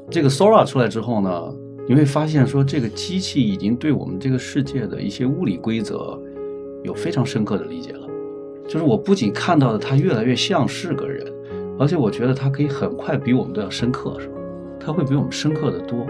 这个 Sora 出来之后呢，你会发现说这个机器已经对我们这个世界的一些物理规则有非常深刻的理解了。就是我不仅看到的它越来越像是个人，而且我觉得它可以很快比我们都要深刻，是吧？它会比我们深刻的多。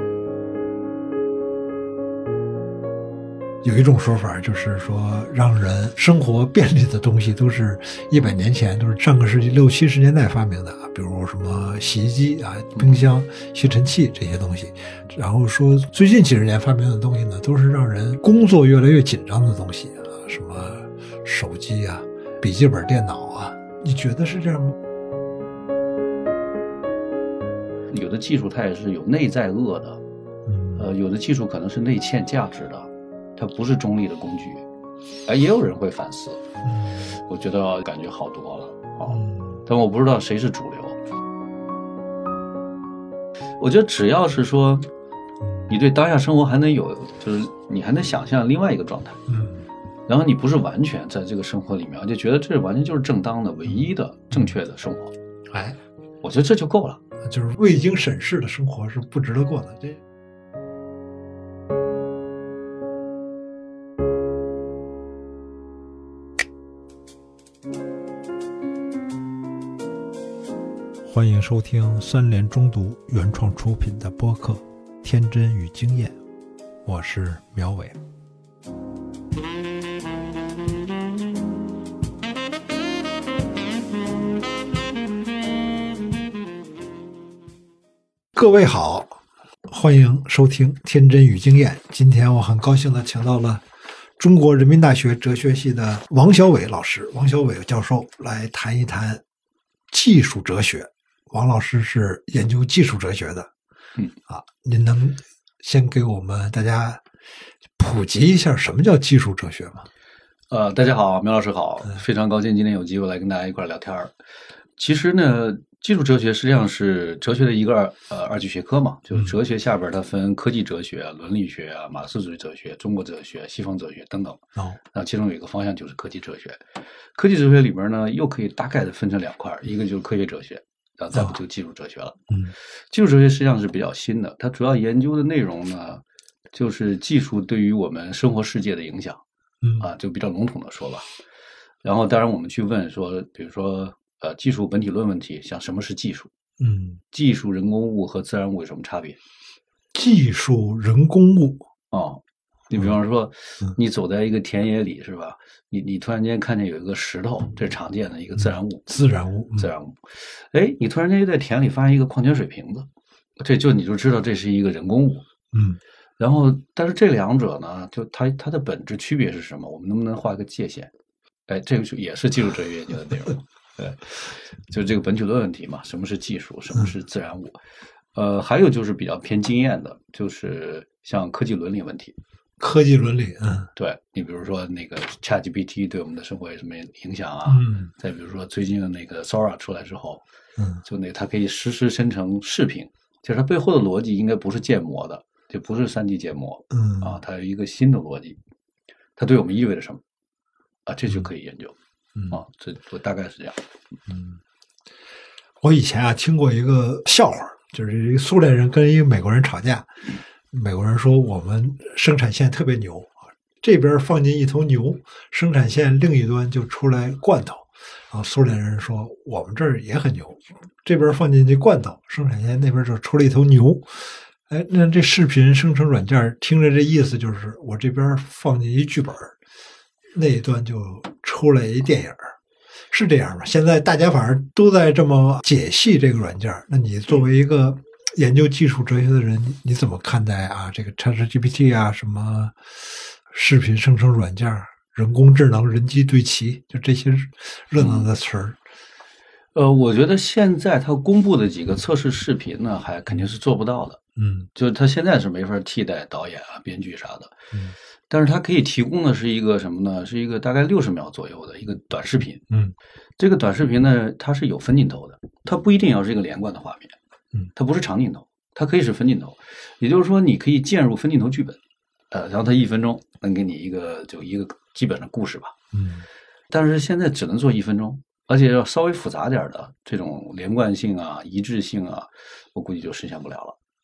有一种说法就是说，让人生活便利的东西都是100年前，都是上个世纪60、70年代发明的，比如什么洗衣机啊、冰箱、吸尘器这些东西。然后说最近几十年发明的东西呢，都是让人工作越来越紧张的东西啊，什么手机啊、笔记本电脑啊。你觉得是这样吗？ 有的技术它也是有内在恶的，有的技术可能是内嵌价值的。它不是中立的工具，也有人会反思，我觉得感觉好多了啊，但我不知道谁是主流。我觉得只要是说，你对当下生活还能有，就是你还能想象另外一个状态，然后你不是完全在这个生活里面，就觉得这完全就是正当的、唯一的、正确的生活，我觉得这就够了。 就是未经审视的生活是不值得过的。这。欢迎收听三联中读原创出品的播客《天真与经验》，我是苗伟。各位好，欢迎收听《天真与经验》。今天我很高兴地请到了中国人民大学哲学系的王小伟老师、王小伟教授来谈一谈技术哲学。王老师是研究技术哲学的，您能先给我们大家普及一下什么叫技术哲学吗？ 大家好，苗老师好，非常高兴今天有机会来跟大家一块聊天。其实呢，技术哲学实际上是哲学的一个二级学科嘛，就是哲学下边它分科技哲学、伦理学啊、马克思主义哲学、中国哲学、西方哲学等等。那其中有一个方向就是科技哲学。科技哲学里边呢，又可以大概的分成2块，一个就是科学哲学。然后再不就技术哲学了。技术哲学实际上是比较新的，它主要研究的内容呢，就是技术对于我们生活世界的影响。就比较笼统的说吧。然后当然我们去问说，比如说技术本体论问题，像什么是技术？技术、人工物和自然物有什么差别？ 技术、人工物你比方说，你走在一个田野里，是吧？你突然间看见有一个石头，这是常见的一个自然物。 自然物。 你突然间在田里发现一个矿泉水瓶子，你就知道这是一个人工物。然后，但是这两者呢，就它的本质区别是什么？我们能不能画一个界限？这个也是技术哲学研究的内容。对，就是这个本体论问题嘛，什么是技术，什么是自然物？还有就是比较偏经验的，就是像科技伦理问题。 科技伦理， 对，你比如说那个 ChatGPT 对我们的生活有什么影响啊？再比如说最近的那个 Sora 出来之后，就它可以实时生成视频，就是它背后的逻辑应该不是建模的，就不是3D 建模，它有一个新的逻辑，它对我们意味着什么？这就可以研究，这大概是这样。 我以前听过一个笑话，就是一个苏联人跟一个美国人吵架。美国人说我们生产线特别牛，这边放进一头牛，生产线另一端就出来罐头。然后苏联人说我们这儿也很牛，这边放进去罐头，生产线那边就出了一头牛。那这视频生成软件听着这意思就是我这边放进一剧本，那一端就出来一电影，是这样吗？现在大家反正都在这么解析这个软件，那你作为一个研究技术哲学的人，你怎么看待这个 ChatGPT 啊，什么视频生成软件、人工智能、人机对齐，就这些热闹的词儿？ 我觉得现在他公布的几个测试视频呢，还肯定是做不到的。就是他现在是没法替代导演啊、编剧啥的。但是他可以提供的是一个什么呢？是一个大概60秒左右的一个短视频。这个短视频呢，它是有分镜头的，它不一定要是一个连贯的画面。它不是长镜头，它可以是分镜头，也就是说你可以建入分镜头剧本，然后它1分钟能给你一个基本的故事吧。但是现在只能做1分钟，而且要稍微复杂点的这种连贯性啊、一致性啊，我估计就实现不了了。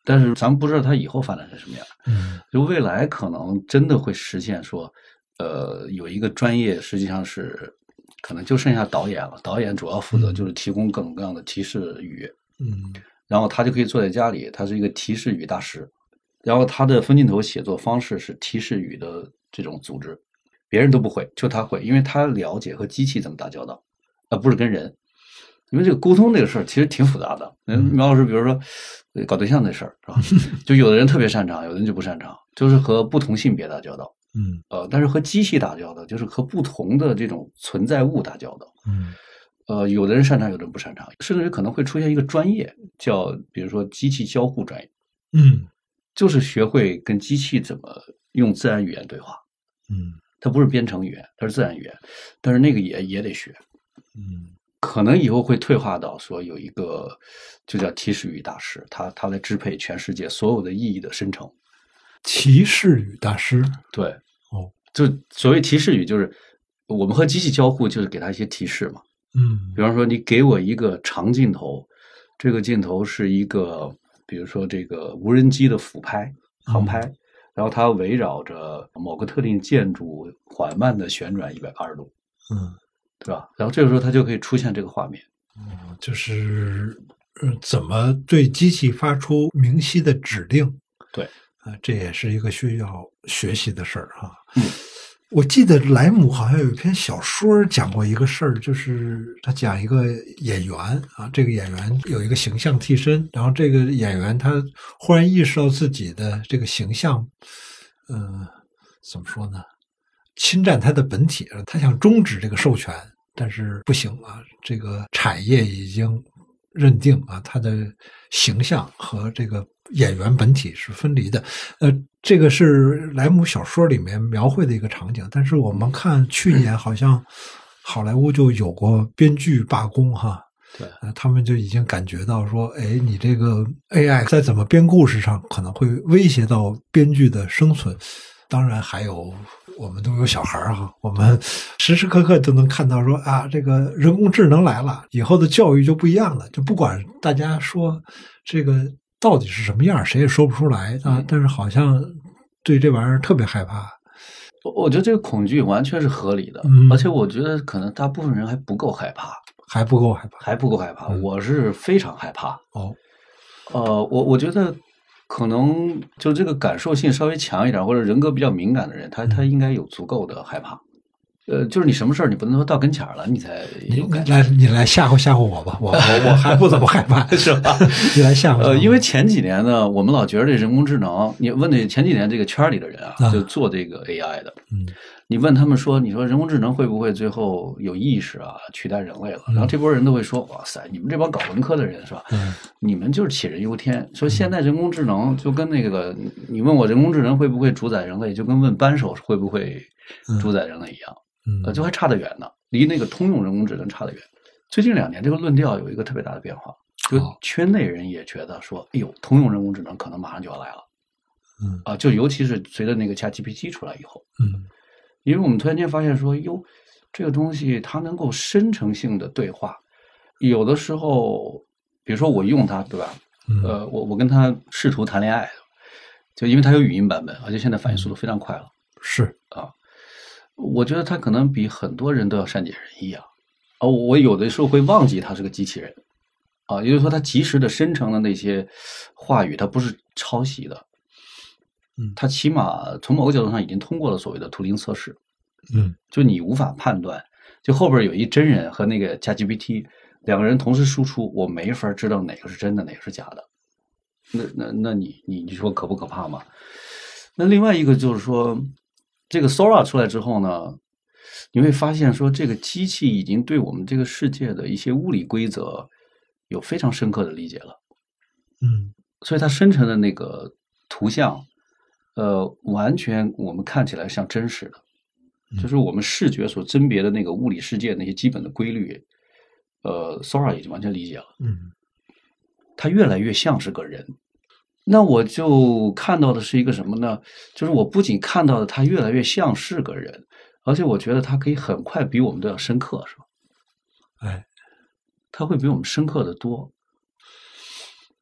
但是咱们不知道它以后发展成什么样。就未来可能真的会实现说，有一个专业实际上是可能就剩下导演了，导演主要负责就是提供各种各样的提示语，然后他就可以坐在家里，他是一个提示语大师，然后他的分镜头写作方式是提示语的这种组织，别人都不会，就他会，因为他了解和机器怎么打交道，而不是跟人。因为这个沟通这个事儿其实挺复杂的。苗老师，比如说搞对象这事儿是吧？就有的人特别擅长，有的人就不擅长，就是和不同性别打交道。但是和机器打交道，就是和不同的这种存在物打交道。有的人擅长，有的人不擅长，甚至于可能会出现一个专业，叫比如说机器交互专业。就是学会跟机器怎么用自然语言对话。它不是编程语言，它是自然语言，但是那个也得学。可能以后会退化到说有一个就叫提示语大师，他来支配全世界所有的意义的生成。 提示语大师， 对，就所谓提示语，就是我们和机器交互，就是给它一些提示嘛。比方说你给我一个长镜头，这个镜头是一个，比如说这个无人机的俯拍、航拍，然后它围绕着某个特定建筑缓慢的旋转180度。对吧？然后这个时候它就可以出现这个画面。 就是怎么对机器发出明晰的指令？ 对， 这也是一个需要学习的事儿哈。我记得莱姆好像有一篇小说讲过一个事儿，就是他讲一个演员啊，这个演员有一个形象替身，然后这个演员他忽然意识到自己的这个形象，怎么说呢？侵占他的本体，他想终止这个授权，但是不行啊，这个产业已经认定啊，他的形象和这个演员本体是分离的。这个是莱姆小说里面描绘的一个场景，但是我们看去年好像好莱坞就有过编剧罢工哈。 对， 他们就已经感觉到说，哎，你这个 AI 在怎么编故事上可能会威胁到编剧的生存。当然还有我们都有小孩哈，我们时时刻刻都能看到说啊，这个人工智能来了，以后的教育就不一样了，就不管大家说这个到底是什么样，谁也说不出来啊，但是好像对这玩意儿特别害怕。 我觉得这个恐惧完全是合理的，而且我觉得可能大部分人还不够害怕， 还不够害怕， 还不够害怕。我是非常害怕。我觉得可能就这个感受性稍微强一点，或者人格比较敏感的人，他应该有足够的害怕。就是你什么事儿你不能说到跟前了，你才有感觉。 你来吓唬吓唬我吧，我还不怎么害怕， 是吧？ 你来吓唬。 因为前几年呢，我们老觉得这人工智能，你问那前几年这个圈里的人啊，就做这个 AI 的，你问他们说，你说人工智能会不会最后有意识啊，取代人类了？然后这波人都会说，哇塞，你们这帮搞文科的人是吧？你们就是杞人忧天。说现在人工智能就跟那个，你问我人工智能会不会主宰人类，就跟问扳手会不会主宰人类一样。就还差得远呢，离那个通用人工智能差得远。最近2年，这个论调有一个特别大的变化，就圈内人也觉得说，哎呦，通用人工智能可能马上就要来了。就尤其是随着那个 ChatGPT 出来以后，因为我们突然间发现说，哟，这个东西它能够生成性的对话，有的时候，比如说我用它，对吧？我跟它试图谈恋爱，就因为它有语音版本，而且现在反应速度非常快了。 是啊。我觉得他可能比很多人都要善解人意啊！我有的时候会忘记他是个机器人啊，也就是说，他及时的生成的那些话语，它不是抄袭的，他起码从某个角度上已经通过了所谓的图灵测试，就你无法判断，就后边有一真人和那个ChatGPT 2个人同时输出，我没法知道哪个是真的，哪个是假的。那你说可不可怕吗？那另外一个就是说。这个 Sora 出来之后呢，你会发现说这个机器已经对我们这个世界的一些物理规则有非常深刻的理解了。所以它生成的那个图像，完全我们看起来像真实的，就是我们视觉所甄别的那个物理世界那些基本的规律，Sora 已经完全理解了。它越来越像是个人。那我就看到的是一个什么呢？就是我不仅看到的他越来越像是个人，而且我觉得他可以很快比我们都要深刻，是吧？ 哎， 他会比我们深刻的多。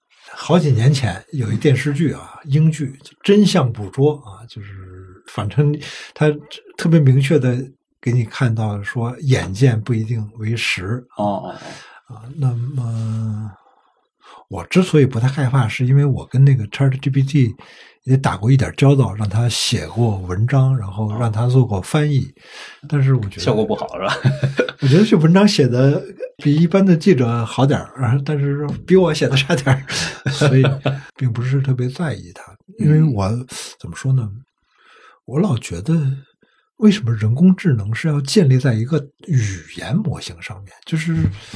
好几年前有一电视剧啊，英剧《真相捕捉》啊，就是反正他特别明确的给你看到说，眼见不一定为实。那么我之所以不太害怕，是因为我跟那个 ChatGPT 也打过一点交道，让他写过文章，然后让他做过翻译，但是我觉得效果不好是吧？ 我觉得这文章写的比一般的记者好点儿，但是比我写的差点儿，所以并不是特别在意它。因为我怎么说呢？我老觉得为什么人工智能是要建立在一个语言模型上面？就是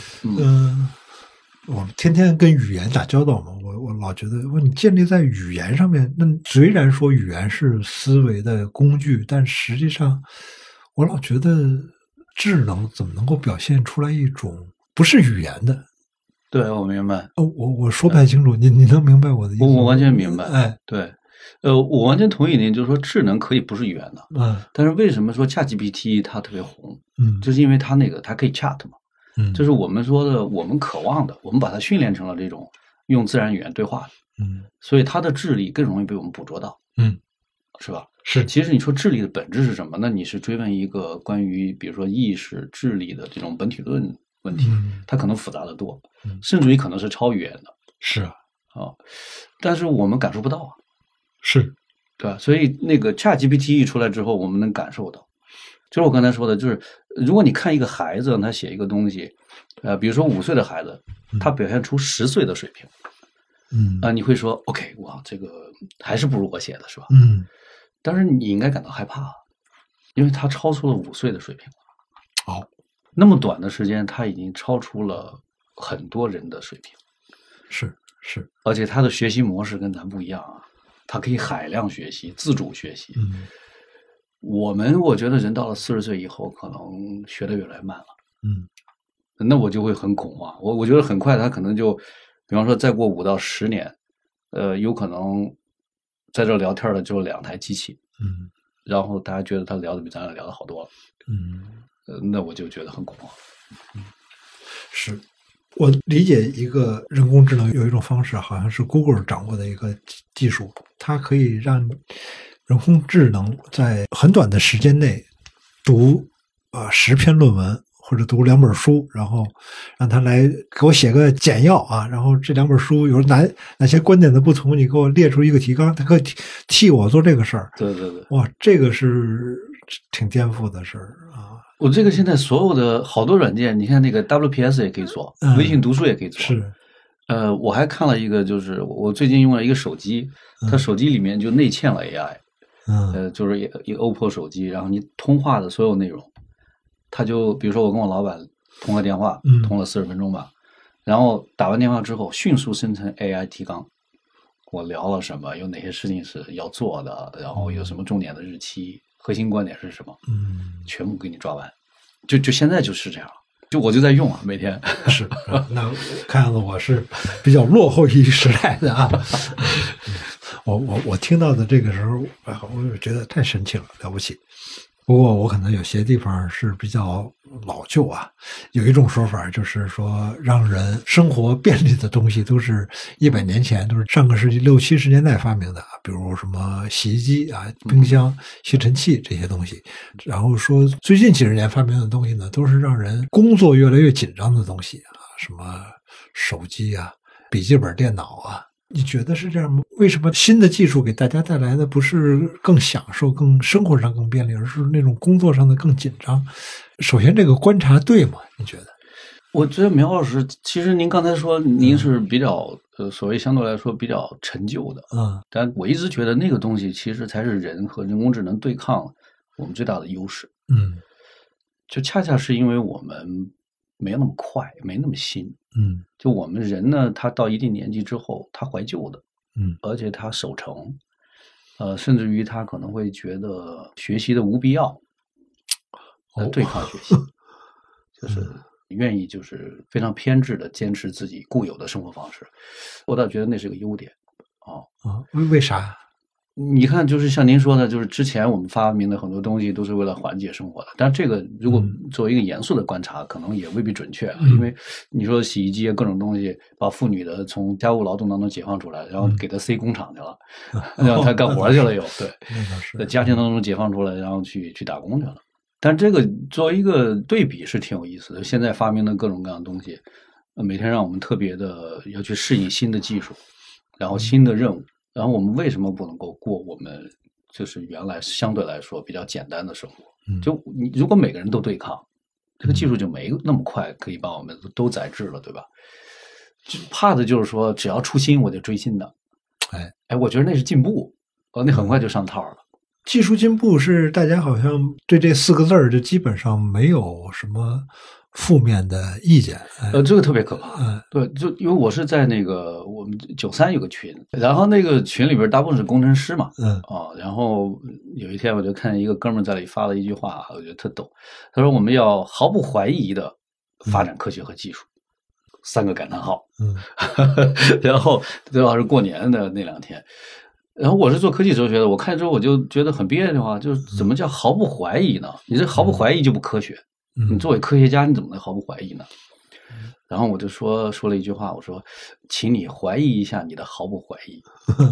我们天天跟语言打交道嘛，我老觉得，你建立在语言上面，那虽然说语言是思维的工具，但实际上，我老觉得智能怎么能够表现出来一种不是语言的？ 对，我明白。 我说不太清楚，你能明白我的意思吗？ 我完全明白。 哎， 对，我完全同意您，就是说智能可以不是语言的，但是为什么说 ChatGPT 它特别红？就是因为它它可以 chat 嘛。这是我们说的，我们渴望的，我们把它训练成了这种用自然语言对话的，所以它的智力更容易被我们捕捉到，是吧？ 是。 其实你说智力的本质是什么？那你是追问一个关于比如说意识、智力的这种本体论问题，它可能复杂的多，甚至于可能是超语言的。 是啊， 但是我们感受不到啊， 是， 对吧？所以那个 ChatGPT 一出来之后，我们能感受到。就是我刚才说的，就是如果你看一个孩子，他写一个东西，比如说5岁的孩子，他表现出10岁的水平，你会说 OK， 哇，这个还是不如我写的，是吧？但是你应该感到害怕，因为他超出了5岁的水平了。那么短的时间，他已经超出了很多人的水平。 是， 而且他的学习模式跟咱不一样啊，他可以海量学习、自主学习。我觉得人到了40岁以后，可能学得越来越慢了。那我就会很恐慌。我觉得很快他可能就，比方说再过5到10年，有可能在这聊天的就2台机器。然后大家觉得他聊的比咱俩聊的好多了。那我就觉得很恐慌。 是。我理解一个人工智能有一种方式，好像是 Google 掌握的一个技术，它可以让人工智能在很短的时间内读10篇论文或者读2本书，然后让它来给我写个简要啊，然后这2本书有哪些观点的不同，你给我列出一个提纲，它可以替我做这个事儿。 对， 哇，这个是挺颠覆的事儿啊。 我这个现在所有的好多软件，你看那个 WPS 也可以做，微信读书也可以做。 是。 我还看了一个，就是我最近用了一个手机，它手机里面就内嵌了 AI。就是一个 OPPO 手机，然后你通话的所有内容，他就比如说我跟我老板通个电话，通了40分钟吧，然后打完电话之后迅速生成 AI 提纲，我聊了什么，有哪些事情是要做的，然后有什么重点的日期，核心观点是什么，全部给你抓完，就现在就是这样，我就在用啊，每天。 是，那看样子我是比较落后于时代的啊。我听到的这个时候，我就觉得太神奇了，了不起。不过我可能有些地方是比较老旧啊。有一种说法就是说，让人生活便利的东西都是100年前，都是上个世纪60、70年代发明的，比如什么洗衣机啊、冰箱、吸尘器这些东西。然后说最近几十年发明的东西呢，都是让人工作越来越紧张的东西啊，什么手机啊、笔记本电脑啊。你觉得是这样吗？为什么新的技术给大家带来的不是更享受、更生活上更便利，而是那种工作上的更紧张？首先，这个观察对吗？你觉得？ 我觉得苗老师，其实您刚才说您是比较所谓相对来说比较陈旧的，但我一直觉得那个东西其实才是人和人工智能对抗我们最大的优势。就恰恰是因为我们没那么快，没那么新。就我们人呢，他到一定年纪之后，他怀旧的，而且他守成，甚至于他可能会觉得学习的无必要，对抗学习，就是愿意就是非常偏执的坚持自己固有的生活方式。我倒觉得那是个优点。 为啥？ 你看，就是像您说的，就是之前我们发明的很多东西都是为了缓解生活的，但这个如果作为一个严肃的观察，可能也未必准确啊。因为你说洗衣机各种东西，把妇女的从家务劳动当中解放出来，然后给她塞工厂去了，让她干活去了又，对，在家庭当中解放出来，然后去打工去了。但这个作为一个对比是挺有意思的。现在发明的各种各样的东西，每天让我们特别的要去适应新的技术，然后新的任务。然后我们为什么不能够过我们就是原来相对来说比较简单的生活？就你如果每个人都对抗，这个技术就没那么快可以把我们都宰制了，对吧？就怕的就是说，只要出新我就追新的。哎，我觉得那是进步，那很快就上套了。 技术进步是大家好像对这4个字儿就基本上没有什么负面的意见。 这个特别可怕。对，就因为我是在那个我们93有个群，然后那个群里边大部分是工程师嘛，然后有一天我就看一个哥们儿在里发了一句话，我觉得特逗。他说我们要毫不怀疑的发展科学和技术，3个感叹号。然后正好是过年的那2天。然后我是做科技哲学的，我看之后我就觉得很别扭啊，就是怎么叫毫不怀疑呢？你这毫不怀疑就不科学。你作为科学家，你怎么能毫不怀疑呢？然后我就说了一句话，我说，请你怀疑一下你的毫不怀疑。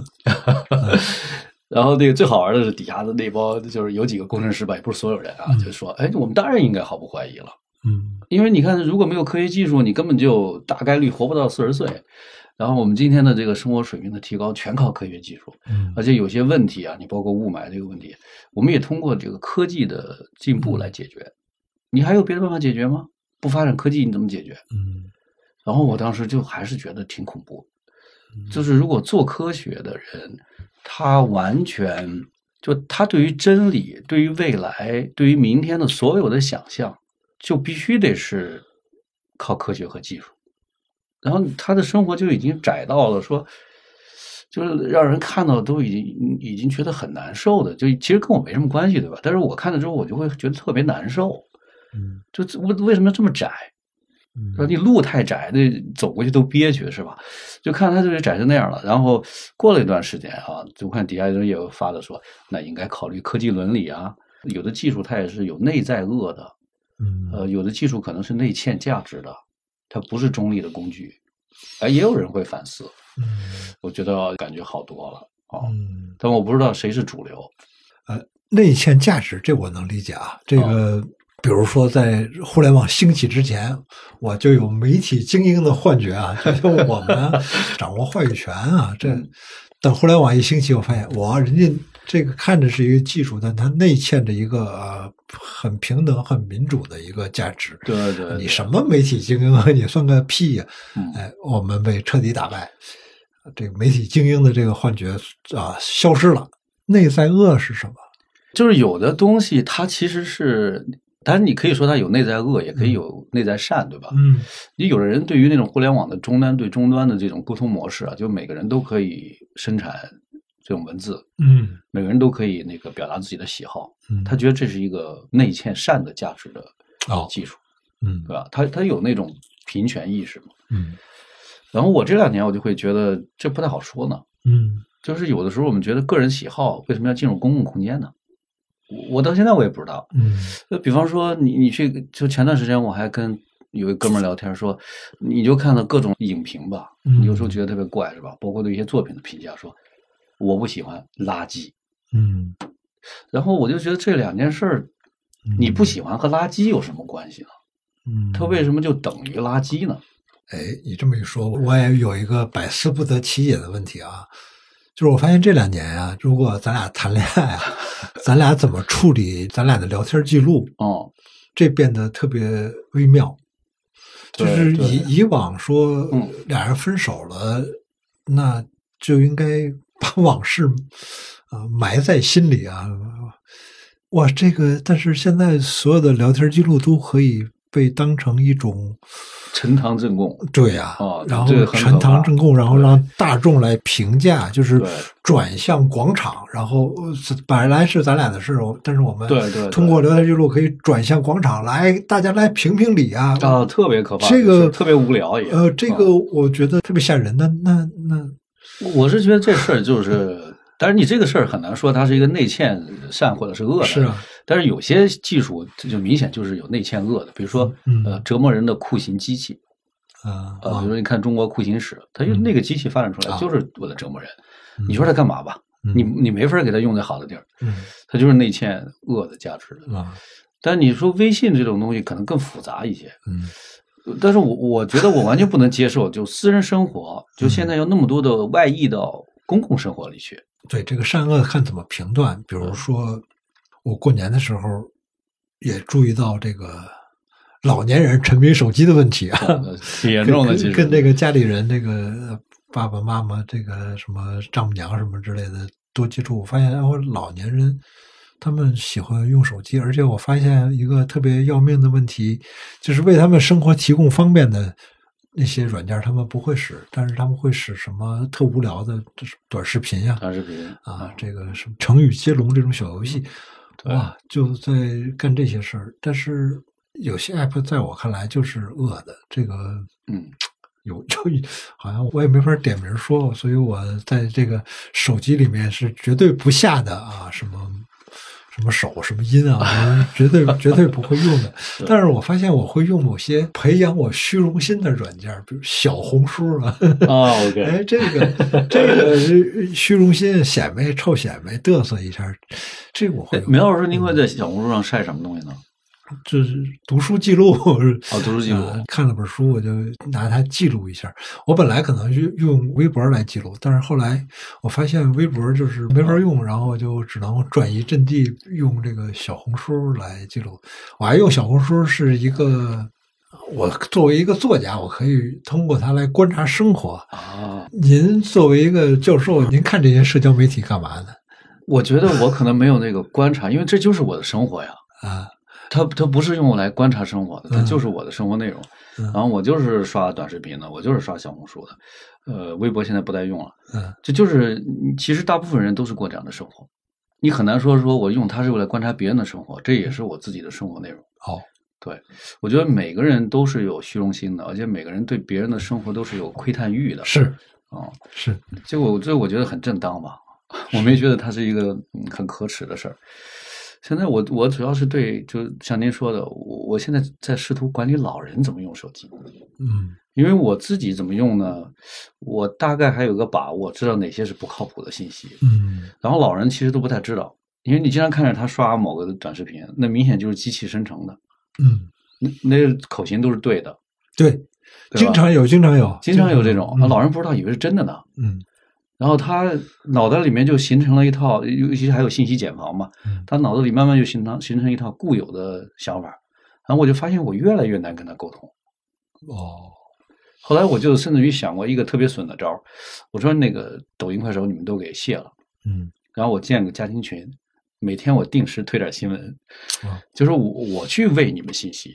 然后那个最好玩的是底下的那帮，就是有几个工程师吧，也不是所有人啊，就说，哎，我们当然应该毫不怀疑了。因为你看，如果没有科学技术，你根本就大概率活不到40岁。然后我们今天的这个生活水平的提高，全靠科学技术。而且有些问题啊，你包括雾霾这个问题，我们也通过这个科技的进步来解决。你还有别的办法解决吗？不发展科技你怎么解决？然后我当时就还是觉得挺恐怖。就是如果做科学的人，他完全就他对于真理、对于未来、对于明天的所有的想象，就必须得是靠科学和技术。然后他的生活就已经窄到了说，就是让人看到都已经觉得很难受的，就其实跟我没什么关系，对吧？但是我看了之后，我就会觉得特别难受。就为什么这么窄？说你路太窄，那走过去都憋屈，是吧？就看他就是窄成那样了。然后过了一段时间啊，就看底下人也有发的说，那应该考虑科技伦理啊。有的技术它也是有内在恶的，有的技术可能是内嵌价值的，它不是中立的工具。也有人会反思。我觉得感觉好多了啊。但我不知道谁是主流。 内嵌价值这我能理解啊，这个。比如说，在互联网兴起之前，我就有媒体精英的幻觉啊，觉得我们掌握话语权啊。等互联网一兴起，我发现人家这个看着是一个技术，但它内嵌着一个很平等、很民主的一个价值。 对， 你什么媒体精英啊？你算个屁呀！我们被彻底打败，这个媒体精英的这个幻觉啊消失了。内在恶是什么？ 就是有的东西它其实是。当然，你可以说它有内在恶，也可以有内在善，对吧？你有的人对于那种互联网的终端对终端的这种沟通模式啊，就每个人都可以生产这种文字，每个人都可以那个表达自己的喜好，他觉得这是一个内嵌善的价值的技术，对吧？他有那种平权意识嘛，然后我这2年我就会觉得这不太好说呢，就是有的时候我们觉得个人喜好为什么要进入公共空间呢？我到现在我也不知道。比方说你去，就前段时间我还跟有一哥们儿聊天说，你就看到各种影评吧，你有时候觉得特别怪，是吧？包括对一些作品的评价，说我不喜欢垃圾。然后我就觉得这2件事儿，你不喜欢和垃圾有什么关系呢？它为什么就等于垃圾呢？ 你这么一说，我也有一个百思不得其解的问题啊。就是我发现这2年啊，如果咱俩谈恋爱啊，咱俩怎么处理咱俩的聊天记录？这变得特别微妙。就是以往说俩人分手了，那就应该把往事埋在心里啊。哇，但是现在所有的聊天记录都可以被当成一种陈堂证供。 对呀，然后陈堂证供，然后让大众来评价，就是转向广场，然后本来是咱俩的事，但是我们通过聊天记录可以转向广场来，大家来评评理啊！ 特别可怕， 这个特别无聊也。 这个我觉得特别吓人。那我是觉得这事儿就是但是你这个事儿很难说它是一个内嵌善或者是恶的。 是啊。 但是有些技术这就明显就是有内嵌恶的，比如说折磨人的酷刑机器。比如说你看中国酷刑史，它就那个机器发展出来就是为了折磨人。你说它干嘛吧？你没法给它用在好的地儿。它就是内嵌恶的价值的。但你说微信这种东西可能更复杂一些。但是我觉得我完全不能接受，就私人生活，就现在有那么多的外溢到公共生活里去。 对，这个善恶看怎么评断。比如说，我过年的时候也注意到这个老年人沉迷手机的问题啊， 挺严重的。其实跟这个家里人，这个爸爸妈妈，这个什么丈母娘什么之类的多接触，我发现我老年人他们喜欢用手机，而且我发现一个特别要命的问题，就是为他们生活提供方便的那些软件他们不会使，但是他们会使什么特无聊的短视频呀，这个什么成语接龙这种小游戏，哇，就在干这些事儿。但是有些 app 在我看来就是恶的，这个好像我也没法点名说，所以我在这个手机里面是绝对不下的啊，什么手什么音啊，绝对不会用的。但是我发现我会用某些培养我虚荣心的软件，比如小红书啊。 OK， 哎，这个虚荣心显摆臭显摆嘚瑟一下，这个我会用。 梅老师，您会在小红书上晒什么东西呢？ 就是读书记录。 读书记录。 看了本书我就拿它记录一下。我本来可能用微博来记录，但是后来我发现微博就是没法用，然后就只能转移阵地，用这个小红书来记录。我还用小红书是一个，我作为一个作家，我可以通过它来观察生活。您作为一个教授，您看这些社交媒体干嘛呢？ 我觉得我可能没有那个观察，因为这就是我的生活呀。它不是用来观察生活的，它就是我的生活内容。然后我就是刷短视频的，我就是刷小红书的。微博现在不再用了。这就是其实大部分人都是过这样的生活。你很难说我用它是为了观察别人的生活，这也是我自己的生活内容。对，我觉得每个人都是有虚荣心的，而且每个人对别人的生活都是有窥探欲的。 是。 这我觉得很正当吧，我没觉得它是一个很可耻的事儿。现在我主要是对，就像您说的，我现在在试图管理老人怎么用手机。因为我自己怎么用呢？我大概还有个把握，知道哪些是不靠谱的信息。然后老人其实都不太知道，因为你经常看着他刷某个短视频，那明显就是机器生成的。那口型都是对的。 对，经常有这种，老人不知道，以为是真的呢。然后他脑袋里面就形成了一套，尤其还有信息茧房嘛，他脑子里慢慢就形成一套固有的想法。然后我就发现我越来越难跟他沟通。后来我就甚至于想过一个特别损的招，我说那个抖音快手你们都给卸了。然后我建个家庭群，每天我定时推点新闻。就是我去喂你们信息。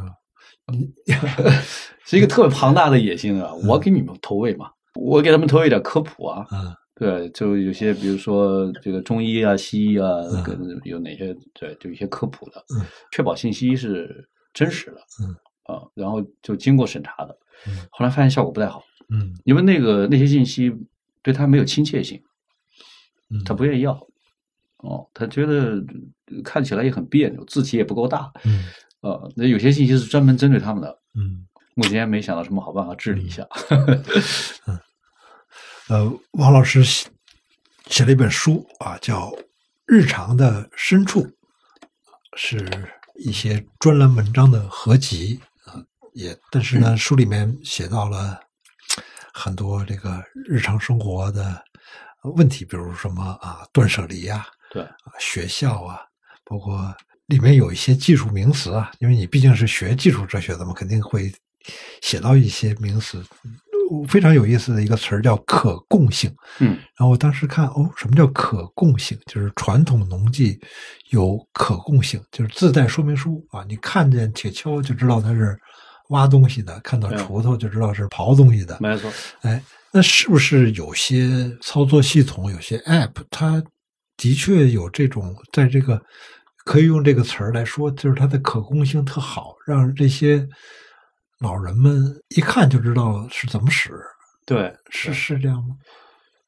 是一个特别庞大的野心啊！我给你们投喂嘛。我给他们投一点科普啊。对，就有些比如说这个中医啊、西医啊，跟有哪些，对，就一些科普的，确保信息是真实的。然后就经过审查的。后来发现效果不太好。因为那些信息对他没有亲切性。他不愿意要。他觉得看起来也很别扭，字体也不够大。那有些信息是专门针对他们的。目前没想到什么好办法治理一下。 王老师写了一本书啊，叫《日常的深处》，是一些专栏文章的合集啊。但是呢，书里面写到了很多这个日常生活的问题，比如什么断舍离啊， 对， 学校啊，包括里面有一些技术名词啊，因为你毕竟是学技术哲学的嘛，肯定会写到一些名词。非常有意思的一个词儿叫可共性。然后我当时看，什么叫可共性？就是传统农技有可共性，就是自带说明书啊，你看见铁锹就知道它是挖东西的，看到锄头就知道是刨东西的。 没错。 那是不是有些操作系统、有些 app， 它的确有这种，在这个可以用这个词儿来说，就是它的可共性特好，让这些老人们一看就知道是怎么使。 对， 是这样吗？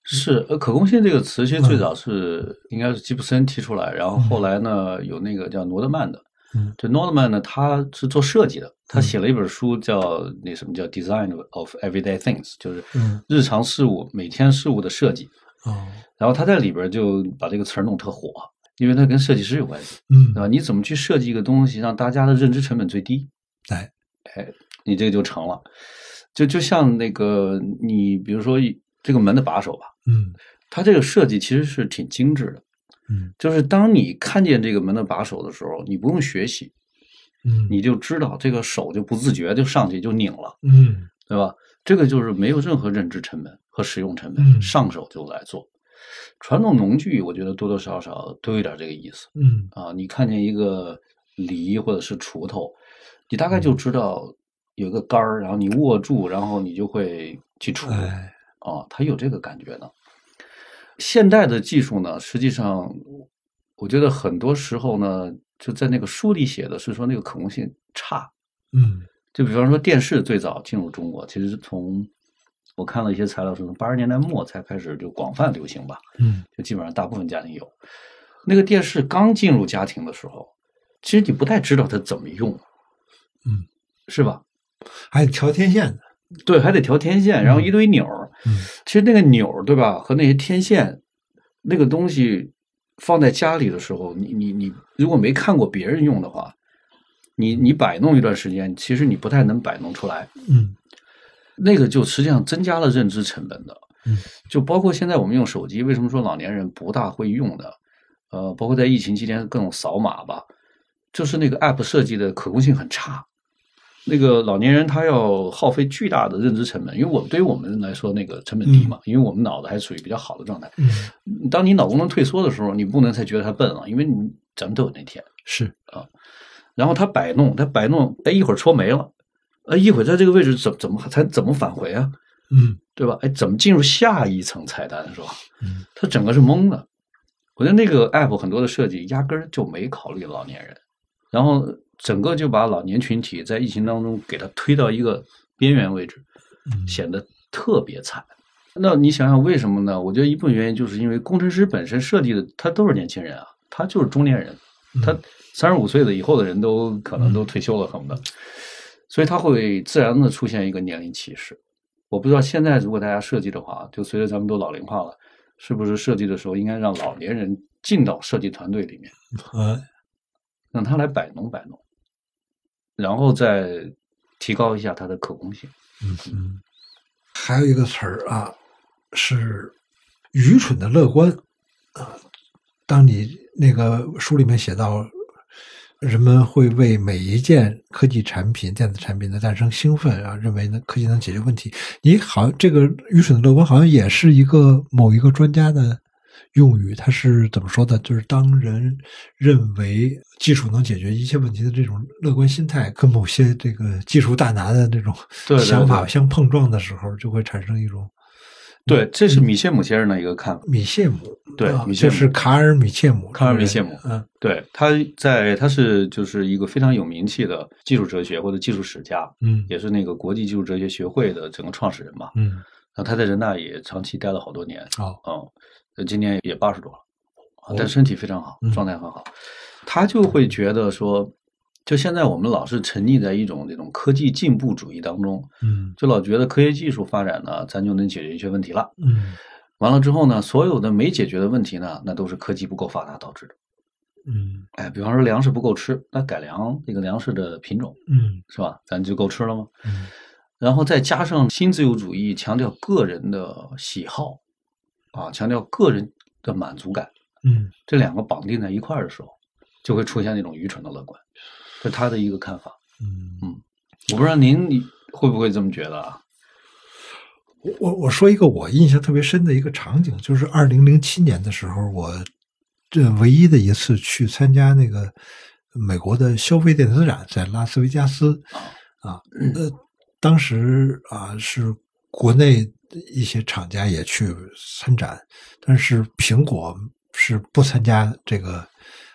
是可控性这个词其实最早是应该是吉布森提出来，然后后来呢有那个叫诺德曼的，这诺德曼呢他是做设计的，他写了一本书叫那什么叫 Design of Everyday Things， 就是日常事物每天事物的设计。然后他在里边就把这个词儿弄特火，因为它跟设计师有关系，对吧？你怎么去设计一个东西，让大家的认知成本最低？哎，你这个就成了。就像那个你比如说这个门的把手吧，它这个设计其实是挺精致的，就是当你看见这个门的把手的时候，你不用学习，你就知道这个手就不自觉就上去就拧了，对吧？这个就是没有任何认知成本和使用成本，上手就来做。传统农具我觉得多多少少都有点这个意思，你看见一个犁或者是锄头，你大概就知道有个杆儿，然后你握住，然后你就会去锄，它有这个感觉呢。现代的技术呢，实际上我觉得很多时候呢，就在那个书里写的是说那个可控性差，就比方说电视最早进入中国，其实从我看了一些材料，是从80年代末才开始就广泛流行吧，就基本上大部分家庭有。那个电视刚进入家庭的时候，其实你不太知道它怎么用，是吧？ 还得调天线的， 对，还得调天线，然后一堆钮儿，其实那个钮儿，对吧？和那些天线，那个东西放在家里的时候，你如果没看过别人用的话，你摆弄一段时间，其实你不太能摆弄出来，那个就实际上增加了认知成本的，就包括现在我们用手机，为什么说老年人不大会用的？包括在疫情期间各种扫码吧，就是那个 app 设计的可控性很差。那个老年人他要耗费巨大的认知成本，因为对于我们来说那个成本低嘛，因为我们脑子还处于比较好的状态。当你脑功能退缩的时候，你不能才觉得他笨了，因为咱们都有那天。 是啊，然后他摆弄，哎，一会儿戳没了，一会儿在这个位置怎么返回啊？对吧？哎，怎么进入下一层菜单是吧？他整个是懵的。我觉得那个 app 很多的设计压根儿就没考虑老年人，然后整个就把老年群体在疫情当中给他推到一个边缘位置，显得特别惨。那你想想为什么呢？我觉得一部分原因就是因为工程师本身设计的他都是年轻人啊，他就是中年人，他35岁的以后的人都可能都退休了什么的，所以他会自然的出现一个年龄歧视。我不知道现在如果大家设计的话，就随着咱们都老龄化了，是不是设计的时候应该让老年人进到设计团队里面，让他来摆弄摆弄，然后再提高一下它的可控性。 还有一个词儿啊，是愚蠢的乐观啊。当你那个书里面写到，人们会为每一件科技产品、电子产品的诞生兴奋啊，认为呢科技能解决问题。你好像这个愚蠢的乐观好像也是某一个专家的用语，他是怎么说的？就是当人认为技术能解决一切问题的这种乐观心态，跟某些这个技术大拿的那种想法相碰撞的时候，就会产生一种。 对，这是米谢姆先生的一个看法。 米谢姆， 对， 就是卡尔米切姆。 对，他是就是一个非常有名气的技术哲学或者技术史家，也是那个国际技术哲学学会的整个创始人嘛，然后他在人大也长期待了好多年，今年也80多了，但身体非常好，状态很好。他就会觉得说，就现在我们老是沉溺在一种这种科技进步主义当中，就老觉得科学技术发展呢，咱就能解决一些问题了，完了之后呢，所有的没解决的问题呢，那都是科技不够发达导致的，比方说粮食不够吃，那改良这个粮食的品种，是吧？咱就够吃了吗？然后再加上新自由主义强调个人的喜好，强调个人的满足感，这两个绑定在一块儿的时候，就会出现那种愚蠢的乐观。这是他的一个看法。我不知道您会不会这么觉得啊？ 我说一个我印象特别深的一个场景，就是2007年的时候，我这唯一的一次去参加那个美国的消费电子展，在拉斯维加斯当时是国内一些厂家也去参展，但是苹果是不参加这个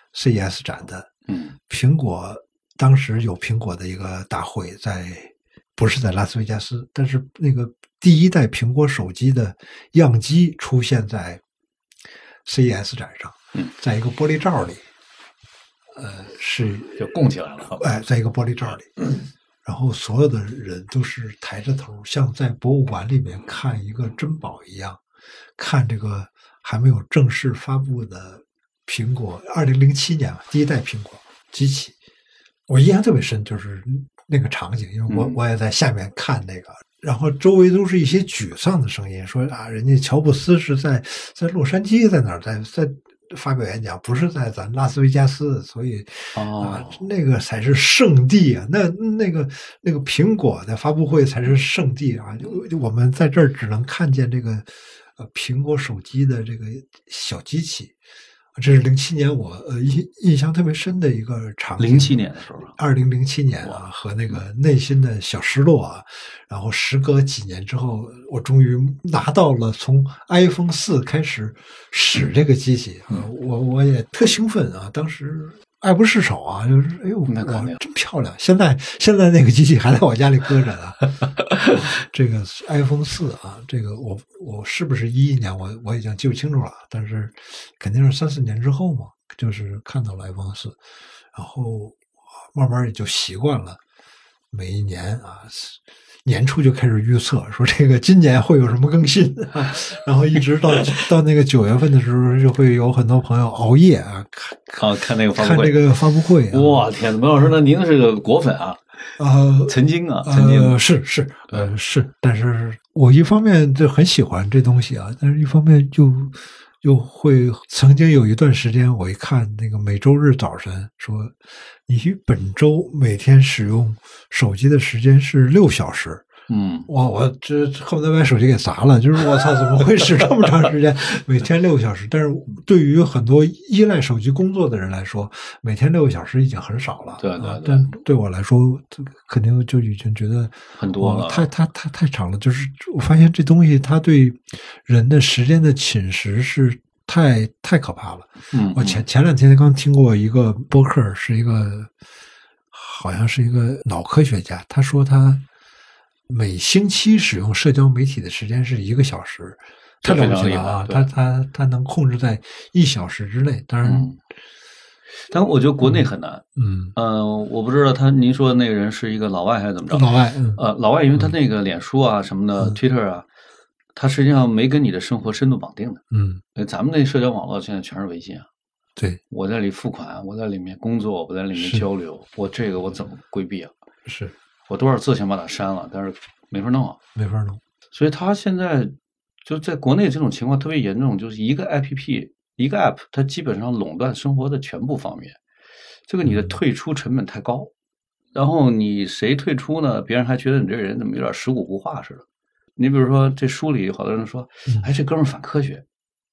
CES 展的。苹果当时有苹果的一个大会在不是在拉斯维加斯，但是那个第一代苹果手机的样机出现在 CES 展上，在一个玻璃罩里，是就供起来了。 哎，在一个玻璃罩里，然后所有的人都是抬着头，像在博物馆里面看一个珍宝一样，看这个还没有正式发布的苹果2007年第一代苹果机器。我印象特别深，就是那个场景，因为我也在下面看那个，然后周围都是一些沮丧的声音，说啊，人家乔布斯是在洛杉矶，在哪儿，在发表演讲，不是在咱拉斯维加斯，所以那个才是圣地啊，那个苹果的发布会才是圣地啊，就我们在这儿只能看见这个苹果手机的这个小机器。这是07年我印象特别深的一个场景。 07年的时候 ，2007年啊，和那个内心的小失落啊，然后时隔几年之后，我终于拿到了从 iPhone 4开始使这个机器，我也特兴奋啊，当时爱不释手啊，就是哎呦，哇，真漂亮！现在那个机器还在我家里搁着呢。这个 iPhone 4啊，这个我是不是11年我已经记不清楚了，但是肯定是3-4年之后嘛，就是看到了 iPhone 4，然后慢慢也就习惯了，每一年啊。年初就开始预测，说这个今年会有什么更新，然后一直到那个9月份的时候，就会有很多朋友熬夜啊， 看那个发布会， 看这个发布会。 哇，天哪，梅老师，那您是个果粉啊？曾经是，但是我一方面就很喜欢这东西啊，但是一方面就会曾经有一段时间，我一看那个每周日早晨说，你本周每天使用手机的时间是6小时。哇！我这恨不得把手机给砸了，就是我操，怎么会使这么长时间？每天6小时，但是对于很多依赖手机工作的人来说，每天6个小时已经很少了。 对， 但对我来说，肯定就已经觉得很多了， 太长了。就是我发现这东西它对人的时间的侵蚀是太可怕了。我前2天刚听过一个播客，是一个好像是一个脑科学家，他说他每星期使用社交媒体的时间是1个小时，太了不起了啊！他能控制在1小时之内，当然， 但我觉得国内很难。我不知道您说的那个人是一个老外还是怎么着？ 老外， 老外，因为他那个脸书啊什么的，Twitter 啊，他实际上没跟你的生活深度绑定的。咱们那社交网络现在全是微信啊。 对，我在里付款，我在里面工作，我在里面交流，我怎么规避啊？ 是。 我多少次想把它删了，但是没法弄啊， 没法弄。 所以他现在就在国内这种情况特别严重，就是一个 APP 一个 App， 它基本上垄断生活的全部方面。这个你的退出成本太高，然后你谁退出呢？别人还觉得你这人怎么有点食古不化似的。你比如说这书里好多人说，哎，这哥们儿反科学。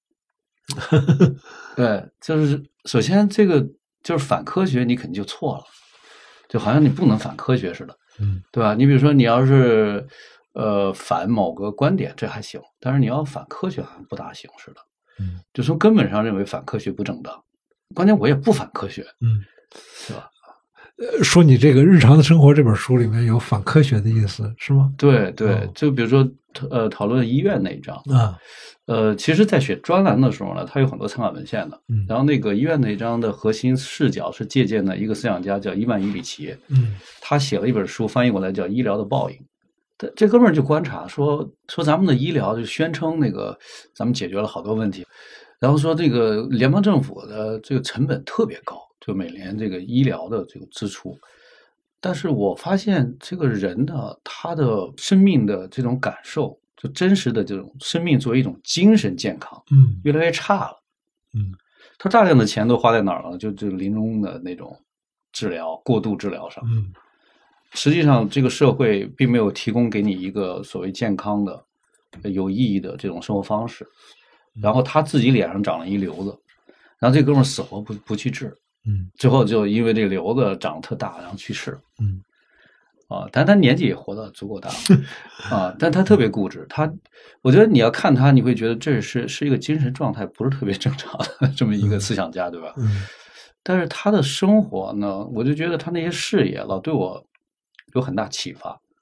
对，就是首先这个就是反科学，你肯定就错了，就好像你不能反科学似的。对吧？你比如说，你要是反某个观点，这还行，但是你要反科学，好像不大行似的。就从根本上认为反科学不正当。关键我也不反科学，是吧？ 说你这个日常的生活这本书里面有反科学的意思是吗？ 对，就比如说讨论医院那一章啊。 其实在写专栏的时候呢，它有很多参考文献的。然后那个医院那一章的核心视角是借鉴的一个思想家叫伊万·伊里奇。他写了一本书，翻译过来叫《医疗的报应》。这哥们儿就观察说咱们的医疗就宣称那个咱们解决了好多问题，然后说这个联邦政府的这个成本特别高，就每年这个医疗的这个支出。但是我发现这个人呢，他的生命的这种感受，就真实的这种生命作为一种精神健康，越来越差了。他大量的钱都花在哪儿了？就临终的那种治疗、过度治疗上。实际上这个社会并没有提供给你一个所谓健康的、有意义的这种生活方式。然后他自己脸上长了一瘤子，然后这哥们儿死活不去治。最后就因为这个瘤子长得特大，然后去世了。但他年纪也活得足够大啊，但他特别固执。我觉得你要看他，你会觉得这是一个精神状态不是特别正常的这么一个思想家，对吧？但是他的生活呢，我就觉得他那些视野老对我有很大启发。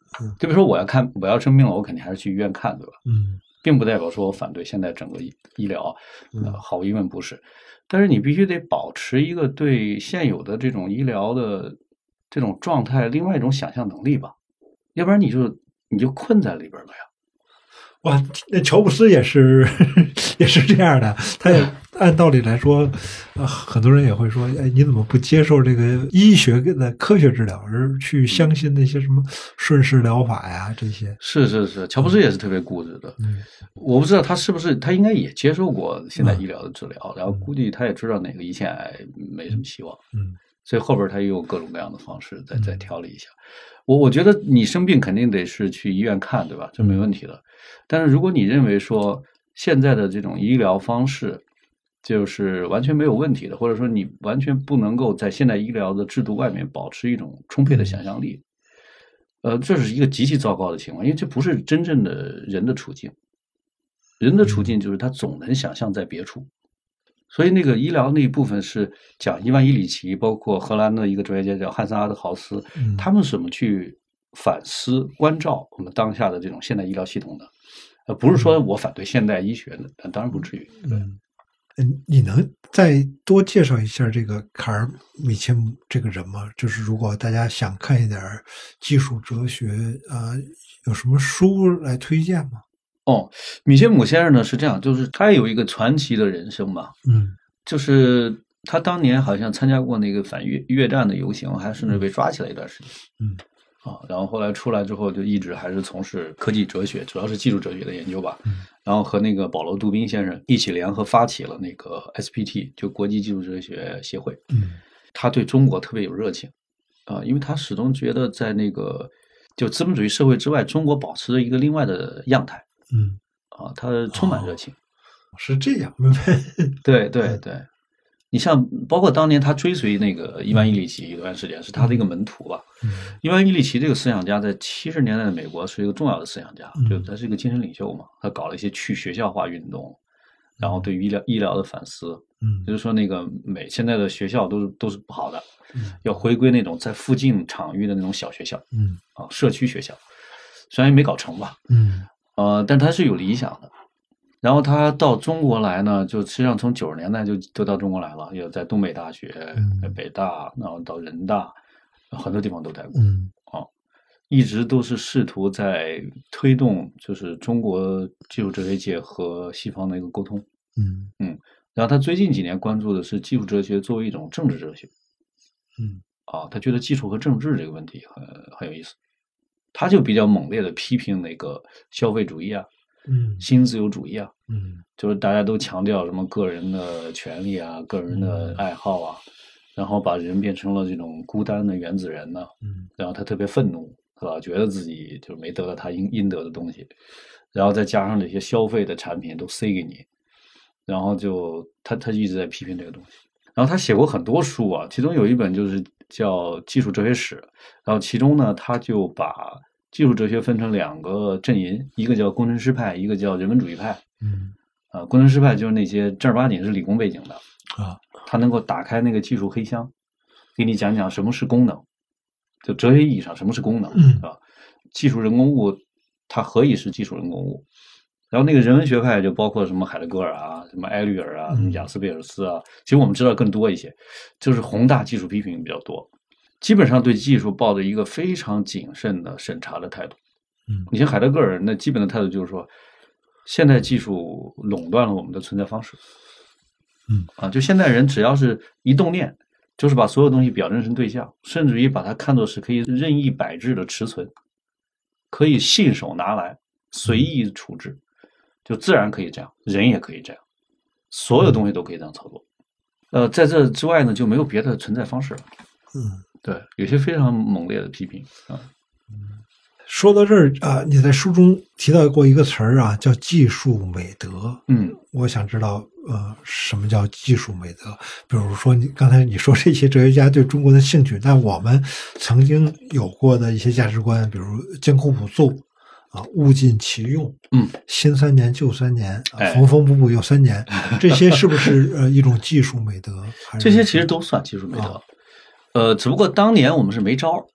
就比如说我要生病了，我肯定还是去医院看，对吧？ 嗯， 并不代表说我反对现在整个医疗，毫无疑问不是。但是你必须得保持一个对现有的这种医疗的这种状态另外一种想象能力吧，要不然你就困在里边了呀。 哇，那乔布斯也是也是这样的，他也按道理来说，很多人也会说，哎，你怎么不接受这个医学的科学治疗，而去相信那些什么顺势疗法呀这些？ 是，乔布斯也是特别固执的。我不知道他是不是，他应该也接受过现代医疗的治疗，然后估计他也知道哪个胰腺癌没什么希望。所以后边他又用各种各样的方式再调理一下。我觉得你生病肯定得是去医院看，对吧？这没问题的。但是如果你认为说现在的这种医疗方式就是完全没有问题的，或者说你完全不能够在现代医疗的制度外面保持一种充沛的想象力，这是一个极其糟糕的情况，因为这不是真正的人的处境。人的处境就是他总能想象在别处。所以那个医疗那一部分是讲伊万伊里奇，包括荷兰的一个哲学家叫汉森阿德豪斯，他们怎么去反思关照我们当下的这种现代医疗系统的，不是说我反对现代医学的，当然不至于。 你能再多介绍一下这个卡尔米切姆这个人吗？就是如果大家想看一点技术哲学有什么书来推荐吗？ 米切姆先生呢是这样，就是他有一个传奇的人生嘛，就是他当年好像参加过那个反越战的游行，还甚至被抓起来一段时间，然后后来出来之后就一直还是从事科技哲学，主要是技术哲学的研究吧，然后和那个保罗·杜宾先生一起联合发起了那个 SPT， 就国际技术哲学协会，他对中国特别有热情，因为他始终觉得在那个就资本主义社会之外，中国保持着一个另外的样态。他充满热情， 是这样，明白？ 对，你像包括当年他追随那个伊万伊里奇一段时间，是他的一个门徒吧。伊万伊里奇这个思想家在70年代的美国是一个重要的思想家，就他是一个精神领袖嘛，他搞了一些去学校化运动，然后对于医疗的反思，就是说那个现在的学校都是不好的，要回归那种在附近场域的那种小学校，社区学校，虽然也没搞成吧，但他是有理想的。然后他到中国来呢，就实际上从90年代就到中国来了，也在东北大学、北大，然后到人大，很多地方都待过，一直都是试图在推动就是中国技术哲学界和西方的一个沟通，然后他最近几年关注的是技术哲学作为一种政治哲学，他觉得技术和政治这个问题很有意思，他就比较猛烈的批评那个消费主义啊。新自由主义啊，就是大家都强调什么个人的权利啊，个人的爱好啊，然后把人变成了这种孤单的原子人呢，然后他特别愤怒，是吧？觉得自己就是没得到他应得的东西，然后再加上这些消费的产品都塞给你，然后就他一直在批评这个东西。然后他写过很多书啊，其中有一本就是叫《技术哲学史》，然后其中呢，他就把技术哲学分成2个阵营，一个叫工程师派，一个叫人文主义派。工程师派就是那些正儿八经是理工背景的他能够打开那个技术黑箱，给你讲讲什么是功能，就哲学意义上什么是功能技术人工物它何以是技术人工物。然后那个人文学派就包括什么海德格尔啊，什么埃律尔啊，什么雅斯贝尔斯啊，其实我们知道更多一些，就是宏大技术批评比较多。基本上对技术抱着一个非常谨慎的审查的态度。你像海德格尔那基本的态度就是说，现代技术垄断了我们的存在方式。就现代人只要是一动念，就是把所有东西表征成对象，甚至于把它看作是可以任意摆置的持存，可以信手拿来，随意处置，就自然可以这样，人也可以这样，所有东西都可以这样操作。在这之外呢，就没有别的存在方式了。对，有些非常猛烈的批评说到这儿你在书中提到过一个词儿叫技术美德。我想知道什么叫技术美德？比如说刚才你说这些哲学家对中国的兴趣，但我们曾经有过的一些价值观，比如艰苦朴素物尽其用，新3年旧3年，缝缝补补又3年，这些是不是一种技术美德？ 这些其实都算技术美德。只不过当年我们是没招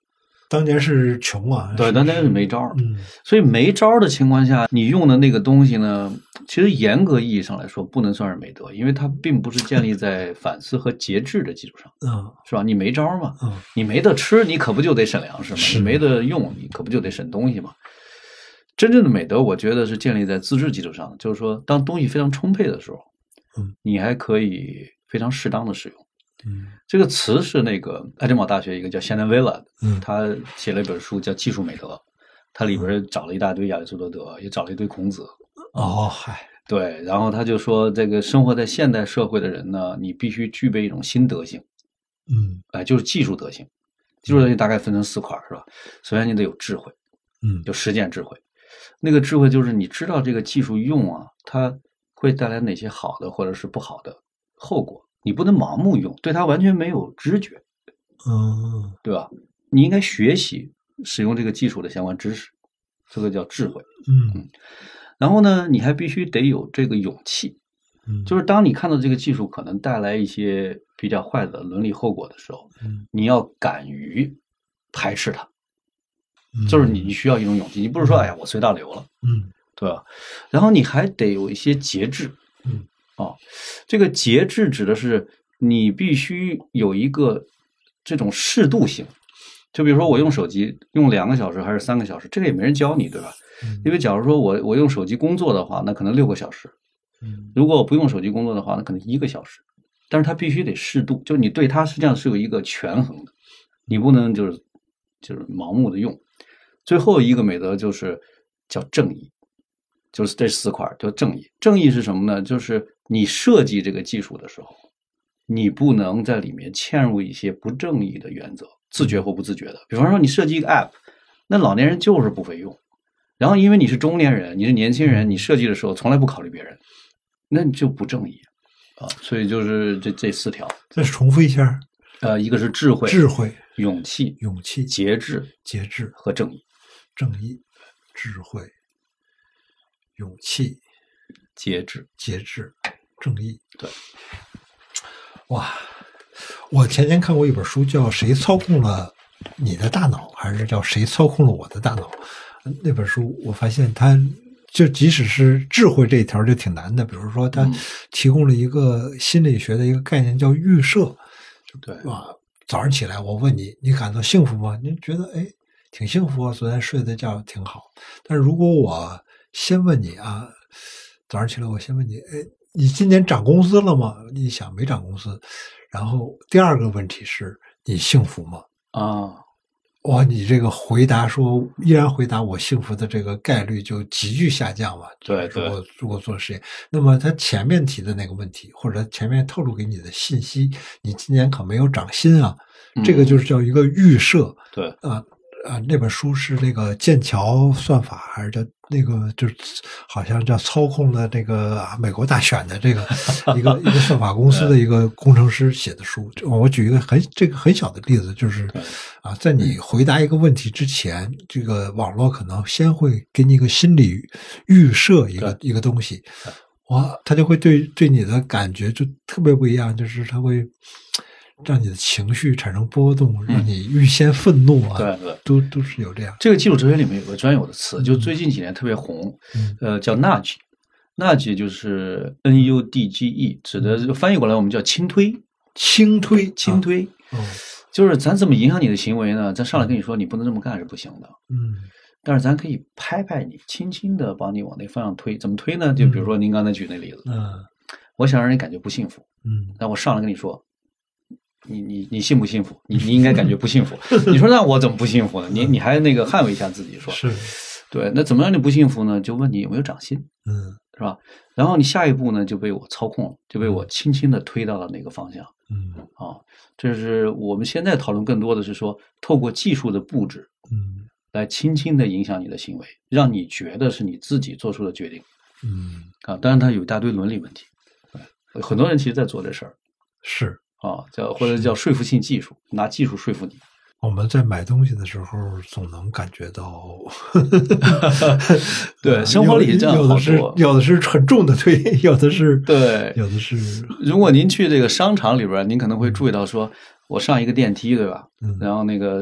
当年是穷啊， 对，当年是没招儿。 嗯， 所以没招儿的情况下，你用的那个东西呢，其实严格意义上来说不能算是美德，因为它并不是建立在反思和节制的基础上，是吧？你没招儿嘛，你没得吃，你可不就得省粮食嘛？你没得用，你可不就得省东西嘛？真正的美德，我觉得是建立在自制基础上的，就是说，当东西非常充沛的时候，你还可以非常适当的使用。这个词是那个爱丁堡大学一个叫谢南威拉的，他写了一本书叫《技术美德》，他里边找了一大堆亚里士多德，也找了一堆孔子。 哦，嗨， 对，然后他就说，这个生活在现代社会的人呢，你必须具备一种新德性，就是技术德性。技术德性大概分成4块，是吧？首先你得有智慧，就实践智慧。那个智慧就是你知道这个技术用啊，它会带来哪些好的或者是不好的后果，你不能盲目用，对它完全没有知觉，对吧？你应该学习使用这个技术的相关知识，这个叫智慧。然后呢，你还必须得有这个勇气，就是当你看到这个技术可能带来一些比较坏的伦理后果的时候，你要敢于排斥它。就是你需要一种勇气，你不是说哎呀我随大流了，对吧？然后你还得有一些节制，这个节制指的是你必须有一个这种适度性。就比如说我用手机用2个小时还是3个小时，这个也没人教你，对吧？因为假如说我用手机工作的话，那可能6个小时，如果我不用手机工作的话，那可能1个小时。但是它必须得适度，就是你对它实际上是有一个权衡的，你不能就是盲目的用。最后一个美德就是叫正义，就是这4块叫正义。正义是什么呢？就是你设计这个技术的时候，你不能在里面嵌入一些不正义的原则，自觉或不自觉的。比方说你设计一个 app， 那老年人就是不会用，然后因为你是中年人，你是年轻人，你设计的时候从来不考虑别人，那你就不正义啊。所以就是这4条。 再重复一下。 一个是智慧、勇气、节制和正义。 正义、智慧、勇气、 节制、 正义。 对， 哇！我前天看过一本书，叫《谁操控了你的大脑》，还是叫《谁操控了我的大脑》？那本书我发现它就即使是智慧这一条就挺难的。比如说，它提供了一个心理学的一个概念叫预设。 对啊，早上起来我问你，你感到幸福吗？你觉得挺幸福啊，昨天睡的觉挺好。但是如果我先问你啊，早上起来我先问你，你今年涨工资了吗？你想没涨工资。然后第二个问题是你幸福吗？哇，你这个回答说依然回答我幸福的这个概率就急剧下降嘛。 对， 如果做实验，那么他前面提的那个问题，或者前面透露给你的信息，你今年可没有涨薪啊，这个就是叫一个预设。 对那本书是那个剑桥算法，还是叫那个就是好像叫操控了这个美国大选的这个一个算法公司的一个工程师写的书。我举一个很小的例子，就是在你回答一个问题之前，这个网络可能先会给你一个心理预设一个东西，哇，它就会对你的感觉就特别不一样，就是它会让你的情绪产生波动，让你预先愤怒啊，都是有这样。 这个技术哲学里面有个专有的词，就最近几年特别红，叫 nudge 就是 NUDGE， 指的翻译过来我们叫轻推，就是咱怎么影响你的行为呢？咱上来跟你说你不能这么干是不行的，但是咱可以拍拍你，轻轻的帮你往那方向推。怎么推呢？就比如说您刚才举那例子，我想让你感觉不幸福，那我上来跟你说。你幸不幸福？你应该感觉不幸福。你说那我怎么不幸福呢？你还那个捍卫一下自己说， 是对。那怎么让你不幸福呢？就问你有没有涨薪，是吧？然后你下一步呢就被我操控了，就被我轻轻的推到了那个方向，这是我们现在讨论更多的是说，透过技术的布置，来轻轻的影响你的行为，让你觉得是你自己做出的决定，当然它有一大堆伦理问题，很多人其实在做这事儿， 是。 或者叫说服性技术，拿技术说服你。 我们在买东西的时候，总能感觉到， 对，生活里这样好多， 有的是很重的推，有的是对， 有的是。 如果您去这个商场里边，您可能会注意到说，我上一个电梯，对吧？然后那个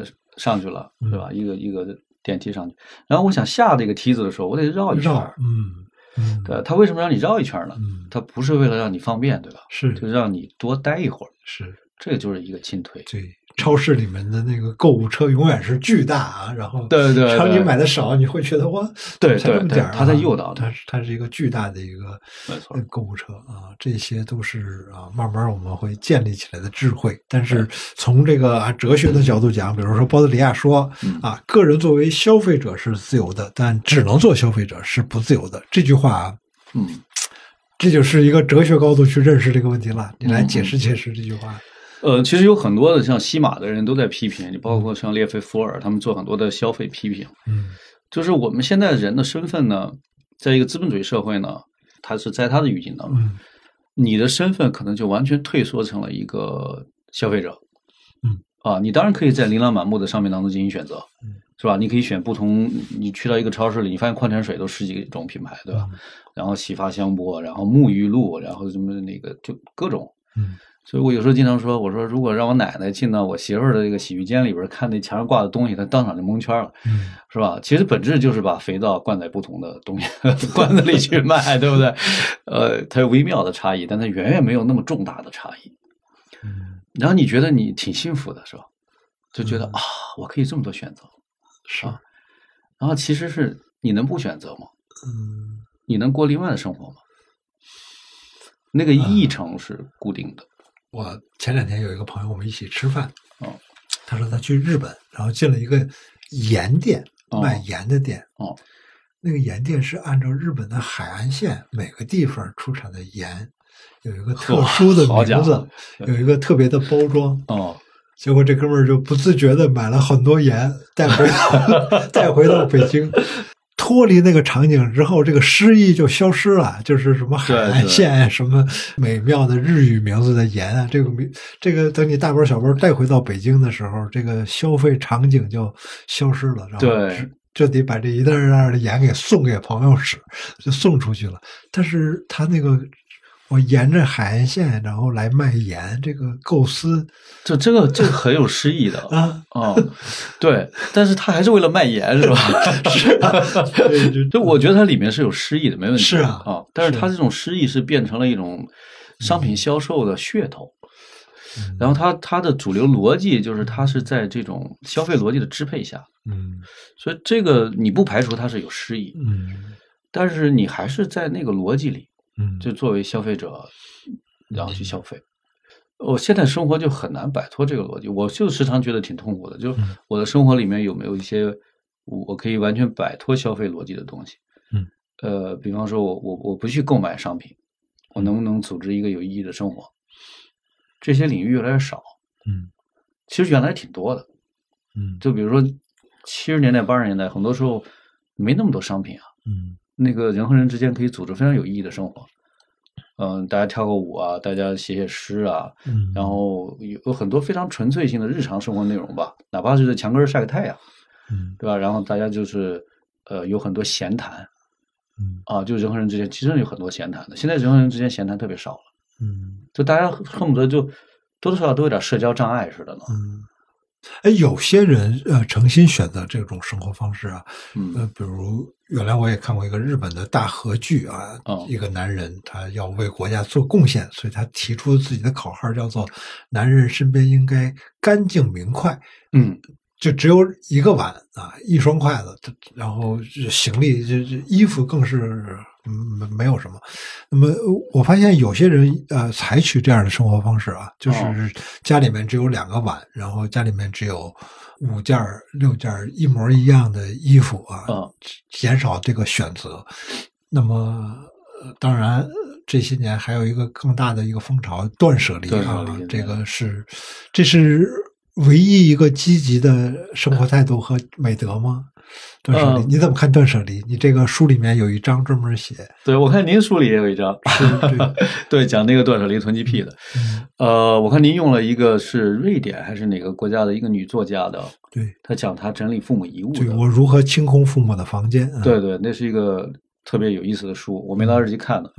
上去了，是吧？一个电梯上去，然后我想下这个梯子的时候，我得绕一圈。对，他为什么让你绕一圈呢？他不是为了让你方便，对吧？ 是， 就让你多待一会儿。 是， 这个就是一个轻腿。 对，超市里面的那个购物车永远是巨大啊，然后对， 当你买的少，你会觉得哇， 对， 才这么点儿， 他在诱导它是一个巨大的一个购物车啊，这些都是慢慢我们会建立起来的智慧。但是从这个哲学的角度讲，比如说波德里亚说个人作为消费者是自由的，但只能做消费者是不自由的。这句话这就是一个哲学高度去认识这个问题了。你来解释解释这句话。 其实有很多的像西马的人都在批评，你包括像列菲福尔，他们做很多的消费批评。就是我们现在人的身份呢，在一个资本主义社会呢，他是在他的语境当中，你的身份可能就完全退缩成了一个消费者。你当然可以在琳琅满目的商品当中进行选择，是吧？你可以选不同，你去到一个超市里，你发现矿泉水都十几种品牌，对吧？然后洗发香波，然后沐浴露，然后什么那个就各种。所以我有时候经常说，我说如果让我奶奶进到我媳妇儿的这个洗浴间里边看那墙上挂的东西，她当场就蒙圈了，是吧？其实本质就是把肥皂灌在不同的东西罐子里去卖，对不对？它有微妙的差异，但它远远没有那么重大的差异。然后你觉得你挺幸福的，是吧？就觉得我可以这么多选择， 是啊。然后其实是你能不选择吗？你能过另外的生活吗？那个议程是固定的。 我前2天有一个朋友，我们一起吃饭，他说他去日本，然后进了一个盐店，卖盐的店，那个盐店是按照日本的海岸线每个地方出产的盐有一个特殊的名字，有一个特别的包装。结果这哥们儿就不自觉的买了很多盐带回到北京。脱离那个场景之后，这个诗意就消失了，就是什么海岸线，什么美妙的日语名字的盐啊，这个等你大包小包带回到北京的时候，这个消费场景就消失了，然后就得把这一袋一袋的盐给送给朋友使，就送出去了。但是他那个我沿着海岸线然后来卖盐，这个构思， 这个很有诗意的对，但是他还是为了卖盐，是吧？ 是啊， 就我觉得它里面是有诗意的，没问题。 是啊， 但是它这种诗意是变成了一种商品销售的噱头，然后它的主流逻辑就是它是在这种消费逻辑的支配下，所以这个你不排除它是有诗意，但是你还是在那个逻辑里。就作为消费者，然后去消费。我现在生活就很难摆脱这个逻辑，我就时常觉得挺痛苦的。就我的生活里面有没有一些我可以完全摆脱消费逻辑的东西？比方说我不去购买商品，我能不能组织一个有意义的生活？这些领域越来越少。其实原来挺多的。就比如说70年代、80年代，很多时候没那么多商品啊。那个人和人之间可以组织非常有意义的生活，大家跳个舞啊，大家写诗啊，然后有很多非常纯粹性的日常生活内容吧，哪怕是在墙根晒个太阳，对吧？然后大家就是有很多闲谈，就人和人之间其实有很多闲谈的，现在人和人之间闲谈特别少了，就大家恨不得就多多少少都有点社交障碍似的呢。 有些人诚心选择这种生活方式啊，比如原来我也看过一个日本的大和剧啊，一个男人他要为国家做贡献，所以他提出自己的口号叫做"男人身边应该干净明快"，就只有一个碗啊，一双筷子，然后行李这衣服更是没有什么。那么我发现有些人采取这样的生活方式啊，就是家里面只有2个碗，然后家里面只有5件6件一模一样的衣服啊，减少这个选择。那么当然这些年还有一个更大的一个风潮，断舍离啊，这是唯一一个积极的生活态度和美德吗？断舍离，你怎么看断舍离？你这个书里面有一章专门写。 对，我看您书里也有一章，对，讲那个断舍离囤积癖的。我看您用了一个是瑞典还是哪个国家的一个女作家的， 对， 她讲她整理父母遗物的， 对，我如何清空父母的房间。 对，那是一个特别有意思的书，我没来得及看呢。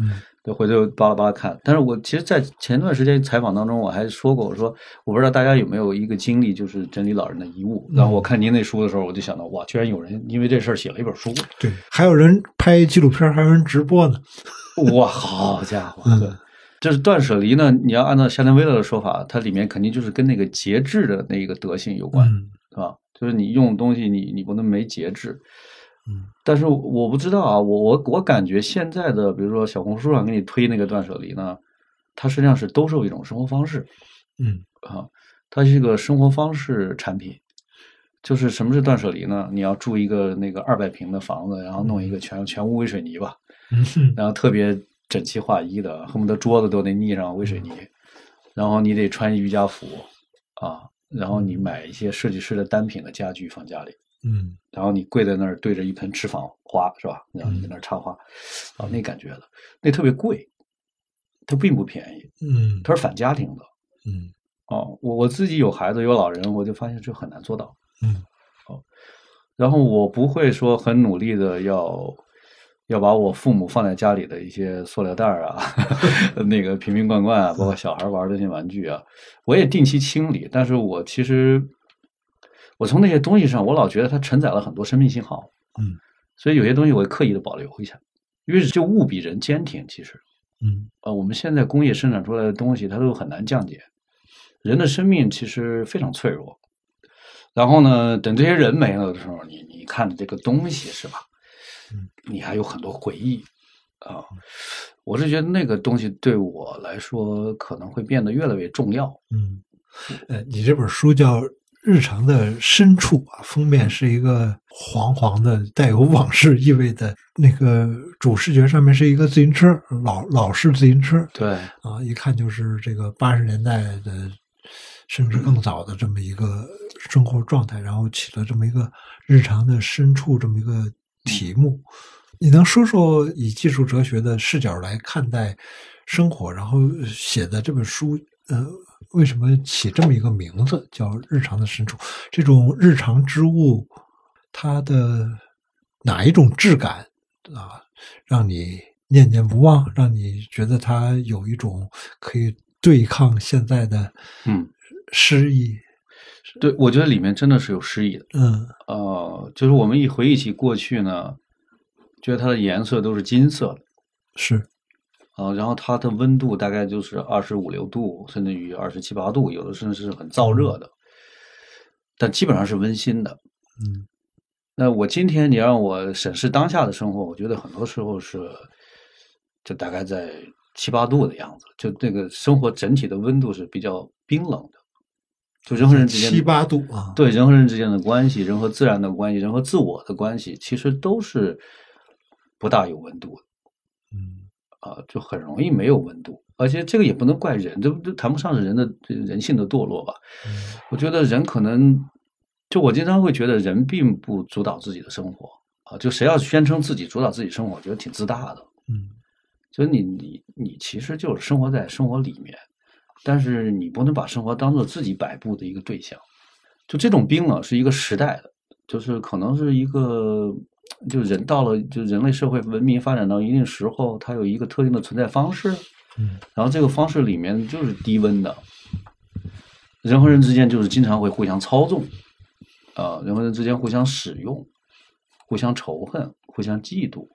就回头巴拉巴拉看。但是我其实，在前段时间采访当中，我还说过，我说我不知道大家有没有一个经历，就是整理老人的遗物。然后我看您那书的时候，我就想到，哇，居然有人因为这事儿写了一本书。 对，还有人拍纪录片，还有人直播呢。 哇，好家伙！对，这是断舍离呢。你要按照夏天威勒的说法，它里面肯定就是跟那个节制的那个德性有关，是吧？就是你用东西你不能没节制。但是我不知道啊，我感觉现在的，比如说小红书上给你推那个断舍离呢，它实际上是兜售一种生活方式。它是一个生活方式产品。就是什么是断舍离呢？你要住一个那个200平的房子，然后弄一个全屋微水泥吧，然后特别整齐划一的，恨不得桌子都得腻上微水泥，然后你得穿瑜伽服啊，然后你买一些设计师的单品的家具放家里，然后你跪在那儿对着一盆赤访花，是吧？然后你在那儿插花，啊，那感觉的，那特别贵，它并不便宜，它是反家庭的，我自己有孩子有老人，我就发现这很难做到，然后我不会说很努力的要把我父母放在家里的一些塑料袋啊，那个瓶瓶罐罐啊，包括小孩玩的那些玩具啊，我也定期清理。但是我其实我从那些东西上，我老觉得它承载了很多生命信号，所以有些东西我会刻意的保留一下，因为就物比人坚挺，其实，我们现在工业生产出来的东西，它都很难降解，人的生命其实非常脆弱。然后呢，等这些人没了的时候，你看的这个东西是吧？你还有很多回忆啊。我是觉得那个东西对我来说可能会变得越来越重要。 你这本书叫《日常的深处》啊，封面是一个黄黄的带有往事意味的那个主视觉，上面是一个自行车，老式自行车。 对啊，一看就是这个80年代的甚至更早的这么一个生活状态，然后起了这么一个日常的深处这么一个题目。你能说说以技术哲学的视角来看待生活，然后写的这本书为什么起这么一个名字叫日常的深处？这种日常之物它的哪一种质感啊让你念念不忘，让你觉得它有一种可以对抗现在的诗意？ 对，我觉得里面真的是有诗意的。就是我们一回忆起过去呢，觉得它的颜色都是金色的， 是然后它的温度大概就是25、6度，甚至于27、8度，有的甚至是很燥热的，但基本上是温馨的。那我今天你让我审视当下的生活，我觉得很多时候是就大概在7、8度的样子，就那个生活整体的温度是比较冰冷的。就人和人之间 7、8度啊， 对，人和人之间的关系，人和自然的关系，人和自我的关系，其实都是不大有温度的。就很容易没有温度，而且这个也不能怪人，这谈不上是人的人性的堕落吧。我觉得人可能，就我经常会觉得人并不主导自己的生活啊，就谁要宣称自己主导自己生活，我觉得挺自大的。就是你其实就是生活在生活里面。但是你不能把生活当做自己摆布的一个对象，就这种冰冷是一个时代的，就是可能是一个，就人到了就人类社会文明发展到一定时候，它有一个特定的存在方式，然后这个方式里面就是低温的，人和人之间就是经常会互相操纵，人和人之间互相使用，互相仇恨，互相嫉妒，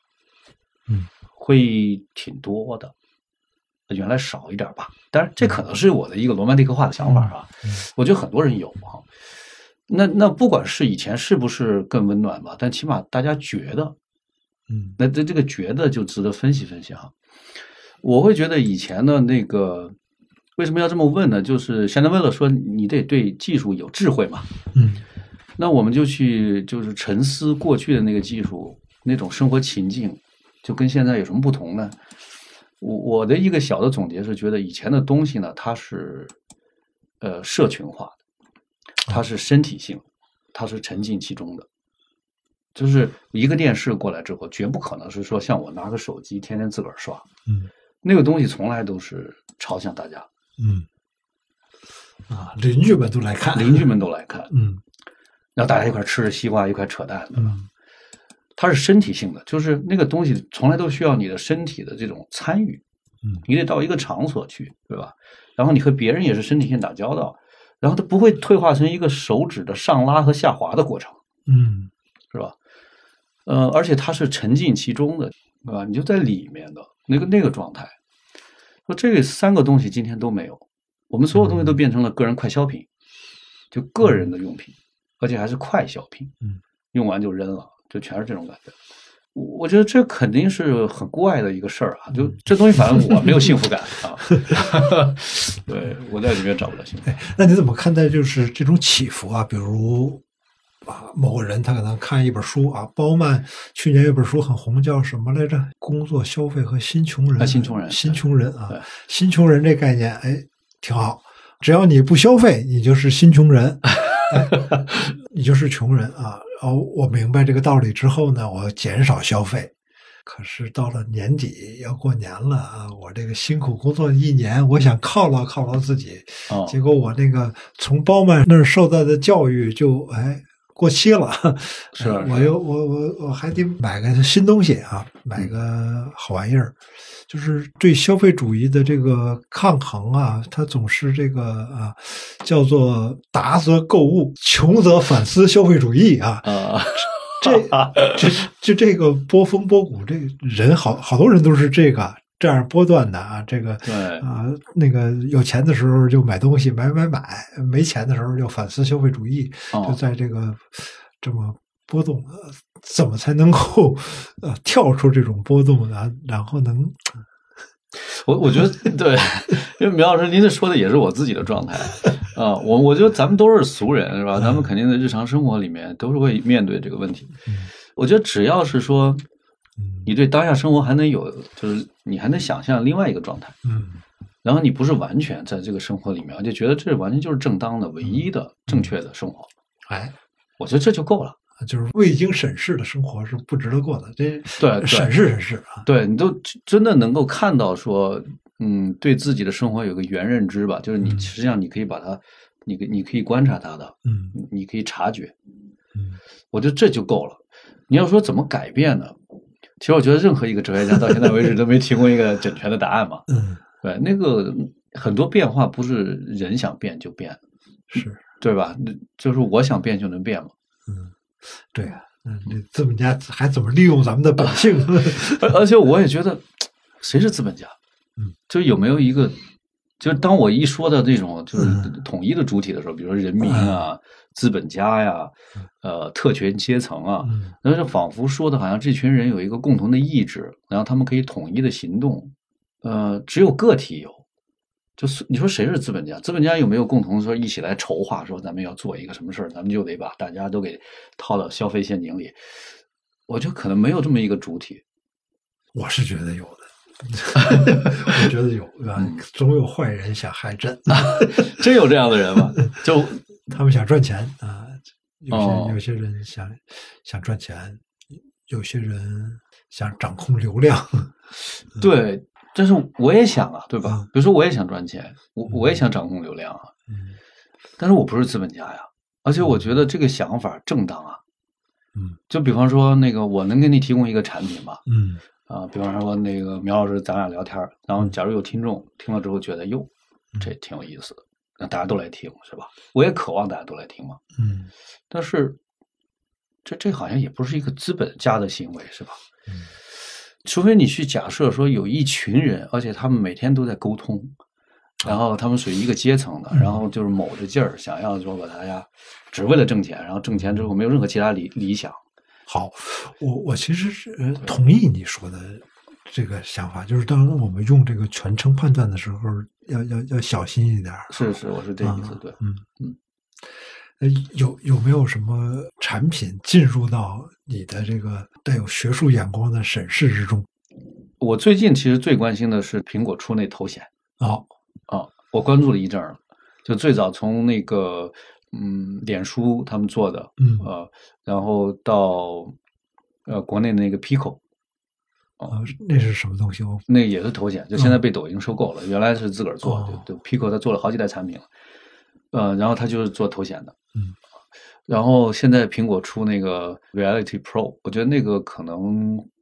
会挺多的。原来少一点吧，当然这可能是我的一个罗曼蒂克化的想法啊。我觉得很多人有啊。那不管是以前是不是更温暖吧，但起码大家觉得，那这个觉得就值得分析分析哈。我会觉得以前的那个为什么要这么问呢？就是现在为了说你得对技术有智慧嘛。那我们就是沉思过去的那个技术那种生活情境，就跟现在有什么不同呢？我的一个小的总结是觉得以前的东西呢，它是社群化的，它是身体性，它是沉浸其中的。就是一个电视过来之后，绝不可能是说像我拿个手机天天自个儿刷，那个东西从来都是朝向大家， 邻居们都来看， 然后大家一块吃着西瓜，一块扯淡的。它是身体性的，就是那个东西从来都需要你的身体的这种参与， 你得到一个场所去，对吧？然后你和别人也是身体线打交道，然后它不会退化成一个手指的上拉和下滑的过程，是吧？而且它是沉浸其中的，对吧？你就在里面的那个状态。说这3个东西今天都没有，我们所有东西都变成了个人快消品，就个人的用品，而且还是快消品，用完就扔了，就全是这种感觉。我觉得这肯定是很怪的一个事儿啊！就这东西，反正我没有幸福感啊。对，我在里面找不到幸福感。 那你怎么看待就是这种起伏啊？比如某个人他可能看一本书啊，鲍曼去年有本书很红，叫什么来着？工作、消费和新穷人。 新穷人， 新穷人啊，新穷人这概念，哎，挺好。只要你不消费，你就是新穷人，你就是穷人啊。我明白这个道理之后呢，我减少消费。可是到了年底要过年了啊，我这个辛苦工作1年，我想犒劳自己，结果我那个从鲍曼那儿受到的教育就过期了， 是我还得买个新东西啊，买个好玩意儿。就是对消费主义的这个抗衡啊，它总是这个叫做达则购物，穷则反思消费主义啊。这个波峰波谷，这个人好多人都是这样波段的啊。这个对那个有钱的时候就买东西买，没钱的时候就反思消费主义，就在这个这么波动，怎么才能够跳出这种波动呢？然后能， 我觉得对，因为苗老师您这说的也是我自己的状态啊。我觉得咱们都是俗人，是吧？咱们肯定在日常生活里面都是会面对这个问题。我觉得只要是说你对当下生活还能有，就是你还能想象另外一个状态，然后你不是完全在这个生活里面，就觉得这完全就是正当的、唯一的、正确的生活，我觉得这就够了。 就是未经审视的生活是不值得过的。 对， 审视啊， 对，你都真的能够看到说，对自己的生活有个原认知吧，就是你实际上你可以把它，你可以观察它的，你可以察觉，我觉得这就够了。你要说怎么改变呢？其实我觉得任何一个哲学家到现在为止都没提供一个准确的答案嘛。对，那个很多变化不是人想变就变， 是对吧？就是我想变就能变嘛。 对啊，这资本家还怎么利用咱们的本性？ 而且我也觉得，谁是资本家？就有没有一个，就是当我一说到这种就是统一的主体的时候，比如说人民啊、资本家呀、特权阶层啊，那就仿佛说的好像这群人有一个共同的意志，然后他们可以统一的行动。只有个体有。就是你说谁是资本家？资本家有没有共同说一起来筹划说咱们要做一个什么事儿，咱们就得把大家都给套到消费陷阱里？我觉得可能没有这么一个主体。 我是觉得有的，我觉得有，总有坏人想害朕。 真有这样的人吗？就他们想赚钱啊，有些人想赚钱，有些人想掌控流量。 对。但是我也想啊，对吧？比如说我也想赚钱，我也想掌控流量啊。但是我不是资本家呀，而且我觉得这个想法正当啊。就比方说那个，我能给你提供一个产品嘛？比方说那个苗老师，咱俩聊天，然后假如有听众听了之后觉得哟，这挺有意思的，那大家都来听，是吧？我也渴望大家都来听嘛。但是这好像也不是一个资本家的行为，是吧？除非你去假设说有一群人，而且他们每天都在沟通，然后他们属于一个阶层的，然后就是卯着劲儿想要说把大家只为了挣钱，然后挣钱之后没有任何其他理想。 好，我其实是同意你说的这个想法，就是当我们用这个全称判断的时候，要小心一点。 是，我是这意思，对。 有没有什么产品进入到你的这个带有学术眼光的审视之中？ 我最近其实最关心的是苹果出那头显。我关注了一阵儿了，就最早从那个脸书他们做的，然后到国内的那个 Pico。 那是什么东西？ 那也是头显，就现在被抖音收购了，原来是自个儿做，就 Pico 他做了好几代产品了。然后他就是做头显的，然后现在苹果出那个 Reality Pro， 我觉得那个可能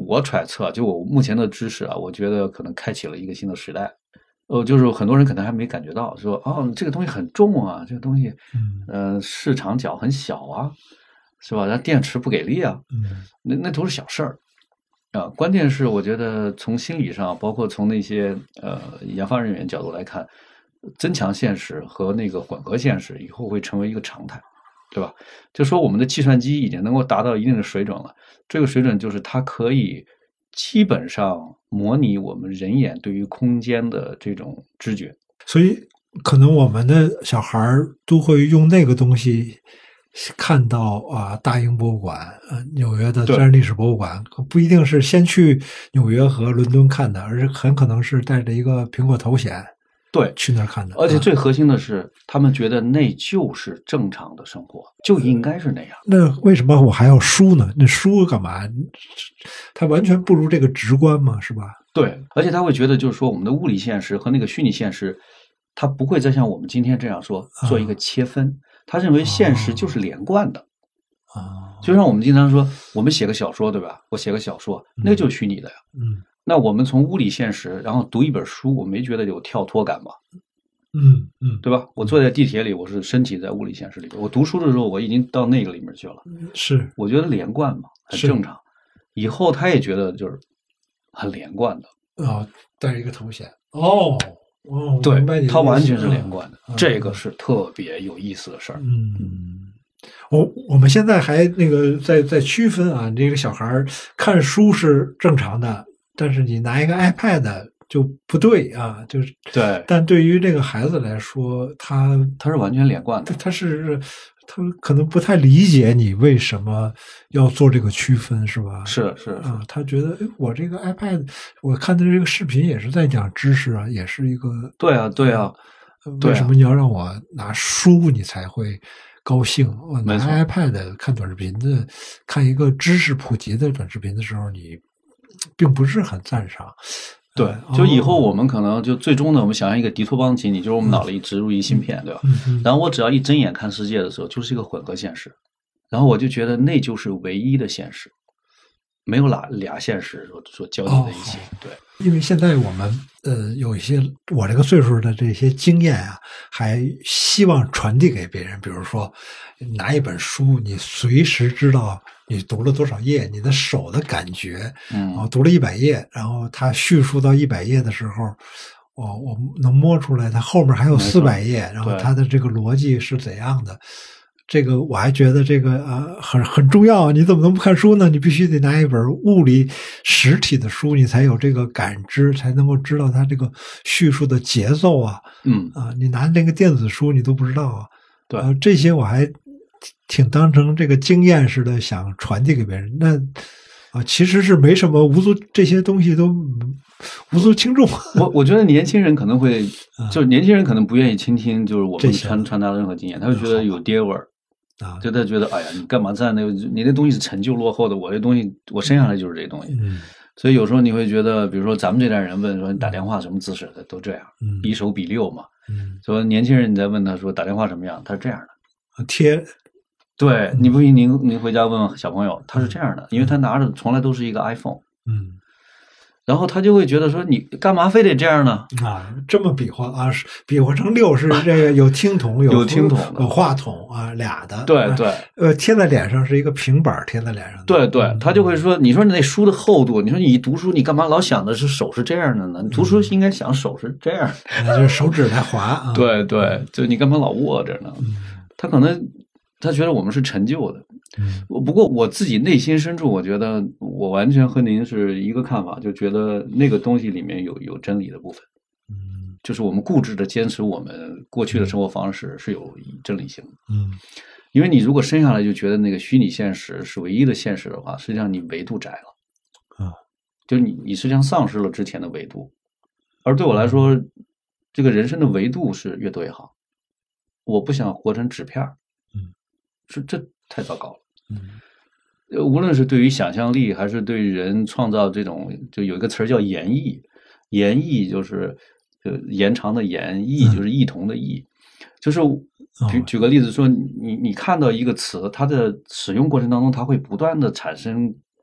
我揣测，就我目前的知识啊，我觉得可能开启了一个新的时代。就是很多人可能还没感觉到，说哦，这个东西很重啊，这个东西，市场角很小啊，是吧？然后电池不给力啊，那都是小事儿啊。关键是我觉得从心理上，包括从那些研发人员角度来看，增强现实和那个混合现实以后会成为一个常态，对吧？就说我们的计算机已经能够达到一定的水准了，这个水准就是它可以基本上模拟我们人眼对于空间的这种知觉， 所以可能我们的小孩都会用那个东西看到大英博物馆、纽约的自然历史博物馆，不一定是先去纽约和伦敦看的，而是很可能是带着一个苹果头显， 对， 去那儿看的。 而且最核心的是，他们觉得那就是正常的生活，就应该是那样。 那为什么我还要书呢？那书干嘛？它完全不如这个直观嘛，是吧？ 对，而且他会觉得，就是说，我们的物理现实和那个虚拟现实，他不会再像我们今天这样说做一个切分。他认为现实就是连贯的。就像我们经常说，我们写个小说，对吧？我写个小说，那个就是虚拟的呀。那我们从物理现实，然后读一本书，我没觉得有跳脱感吧？对吧？我坐在地铁里，我是身体在物理现实里边；我读书的时候，我已经到那个里面去了。 是， 我觉得连贯嘛，很正常。以后他也觉得就是很连贯的。 带一个头显。 对，它完全是连贯的，这个是特别有意思的事儿。 我们现在还那个在区分啊，这个小孩看书是正常的，但是你拿一个 iPad 就不对啊，就是对。 但对于这个孩子来说，他是完全连贯的， 他可能不太理解你为什么要做这个区分，是吧？ 是他觉得我这个 iPad 我看的这个视频也是在讲知识啊，也是一个对啊， 为什么你要让我拿书你才会高兴？我拿 iPad 看短视频的，看一个知识普及的短视频的时候，你并不是很赞赏。 对，就以后我们可能就最终呢，我们想象一个迪托邦情景，就是我们脑里植入一芯片，对吧？然后我只要一睁眼看世界的时候，就是一个混合现实，然后我就觉得那就是唯一的现实，没有俩现实所交集在一起。对， 因为现在我们有一些我这个岁数的这些经验啊，还希望传递给别人，比如说拿一本书，你随时知道你读了多少页，你的手的感觉，读了100页，然后他叙述到100页的时候，我能摸出来他后面还有400页，然后他的这个逻辑是怎样的。这个我还觉得这个很重要，你怎么能不看书呢？你必须得拿一本物理实体的书，你才有这个感知，才能够知道它这个叙述的节奏啊。你拿那个电子书你都不知道啊。 对， 这些我还挺当成这个经验似的想传递给别人。那其实是没什么这些东西都无足轻重。 我觉得年轻人可能会，就是年轻人可能不愿意倾听，就是我们传达的任何经验，他会觉得有爹味儿。就他觉得，哎呀，你干嘛在那？你那东西是陈旧落后的，我这东西我生下来就是这东西。所以有时候你会觉得，比如说咱们这代人问说你打电话什么姿势的，都这样，比手比六嘛。说年轻人你再问他说打电话什么样，他是这样的， 贴。 对，你不信您回家问问小朋友，他是这样的，因为他拿着从来都是一个 iPhone。然后他就会觉得说你干嘛非得这样呢？ 这么比划比划成6是这个有听筒有听筒有话筒俩的。 对， 贴在脸上是一个平板贴在脸上。 对，他就会说，你说你那书的厚度，你说你读书你干嘛老想的是手是这样的呢？你读书应该想手是这样的， 就是手指来划。 对，就你干嘛老握着呢？他可能他觉得我们是陈旧的。不过我自己内心深处，我觉得我完全和您是一个看法，就觉得那个东西里面有真理的部分。就是我们固执的坚持我们过去的生活方式是有真理性的。因为你如果生下来就觉得那个虚拟现实是唯一的现实的话，实际上你维度窄了。就你实际上丧失了之前的维度。而对我来说，这个人生的维度是越多越好。我不想活成纸片。这太糟糕了。无论是对于想象力，还是对人创造这种，就有一个词儿叫延绎。延绎就是延长的延，绎就是异同的异。就是举个例子说，你看到一个词，它的使用过程当中，它会不断的产生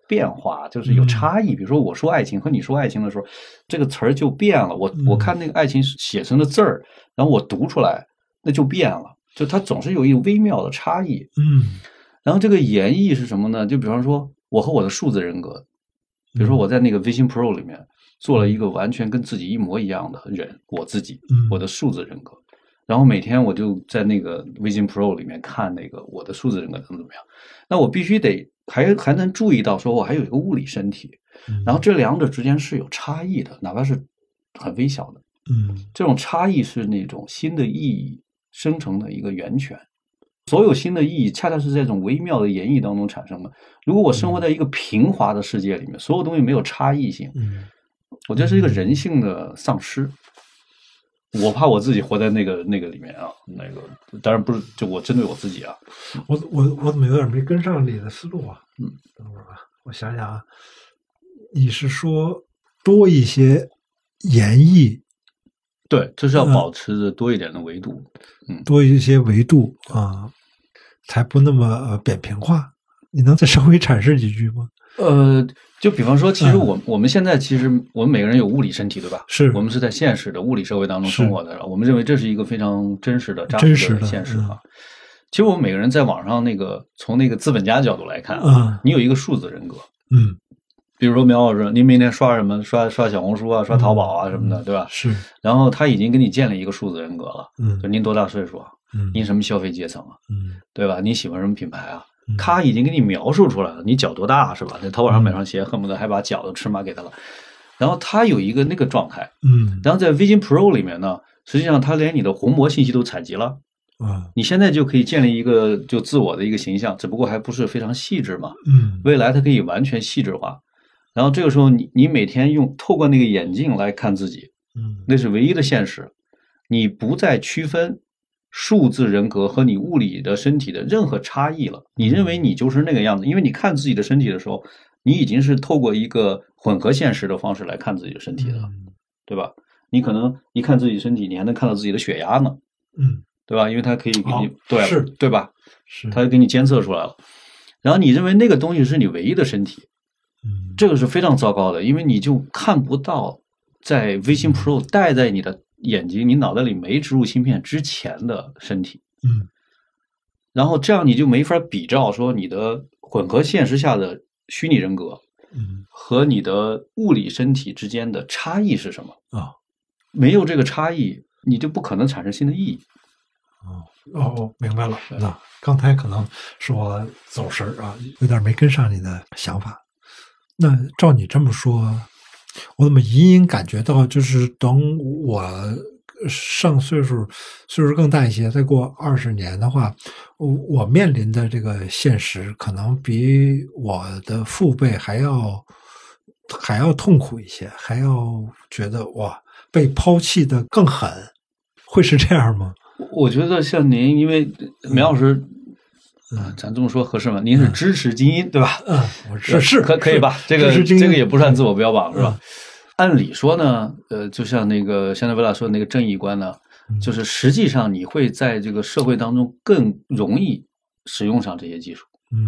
变化，就是有差异。比如说我说爱情和你说爱情的时候，这个词儿就变了。我看那个爱情写成的字儿，然后我读出来，那就变了。就它总是有一个微妙的差异。然后这个演绎是什么呢？就比方说我和我的数字人格，比如说我在那个 Vision Pro 里面做了一个完全跟自己一模一样的人，我自己，我的数字人格。然后每天我就在那个 Vision Pro 里面看那个我的数字人格怎么样。那我必须得还能注意到说我还有一个物理身体，然后这两者之间是有差异的，哪怕是很微小的。这种差异是那种新的意义生成的一个源泉。所有新的意义恰恰是在这种微妙的演绎当中产生的。如果我生活在一个平滑的世界里面，所有东西没有差异性，我觉得是一个人性的丧失。我怕我自己活在那个里面啊，那个当然不是，就我针对我自己啊。 我怎么有点没跟上你的思路啊？等会儿啊，我想想啊，你是说多一些演绎？ 对，这是要保持着多一点的维度， 多一些维度啊，才不那么扁平化。你能再稍微阐释几句吗？ 就比方说，其实我们现在其实我们每个人有物理身体，对吧？ 是我们是在现实的物理社会当中生活的，我们认为这是一个非常真实的、扎实的现实啊。其实我们每个人在网上从那个资本家角度来看你有一个数字人格，比如说苗老师，您明天刷什么？刷小红书啊，刷淘宝啊什么的，对吧？ 是。 然后他已经给你建立一个数字人格了，就您多大岁数啊？您什么消费阶层啊？对吧？你喜欢什么品牌啊？他已经给你描述出来了，你脚多大是吧？在淘宝上买双鞋，恨不得还把脚的尺码给他了。然后他有一个那个状态，然后在 Vision Pro 里面呢，实际上他连你的虹膜信息都采集了，你现在就可以建立一个就自我的一个形象，只不过还不是非常细致嘛，未来它可以完全细致化。然后这个时候你每天透过那个眼镜来看自己，那是唯一的现实，你不再区分数字人格和你物理的身体的任何差异了，你认为你就是那个样子，因为你看自己的身体的时候，你已经是透过一个混合现实的方式来看自己的身体了，对吧？你可能一看自己身体，你还能看到自己的血压呢，对吧？因为它可以给你，对吧？是，它就给你监测出来了。然后你认为那个东西是你唯一的身体，这个是非常糟糕的，因为你就看不到在 Vision Pro 戴在你的眼睛，你脑袋里没植入芯片之前的身体，然后这样你就没法比照说你的混合现实下的虚拟人格，和你的物理身体之间的差异是什么啊？没有这个差异，你就不可能产生新的意义。 明白了。那刚才可能是我走神啊，有点没跟上你的想法。那照你这么说，我怎么隐隐感觉到，就是等我上岁数更大一些，再过20年的话，我面临的这个现实可能比我的父辈还要痛苦一些，还要觉得哇被抛弃的更狠，会是这样吗？ 我觉得像您，因为苗老师，咱这么说合适吗？您是支持基因，对吧？ 我是可以吧？这个也不算自我标榜，是吧？按理说呢，就像那个香奈维拉说的那个正义观呢，就是实际上你会在这个社会当中更容易使用上这些技术，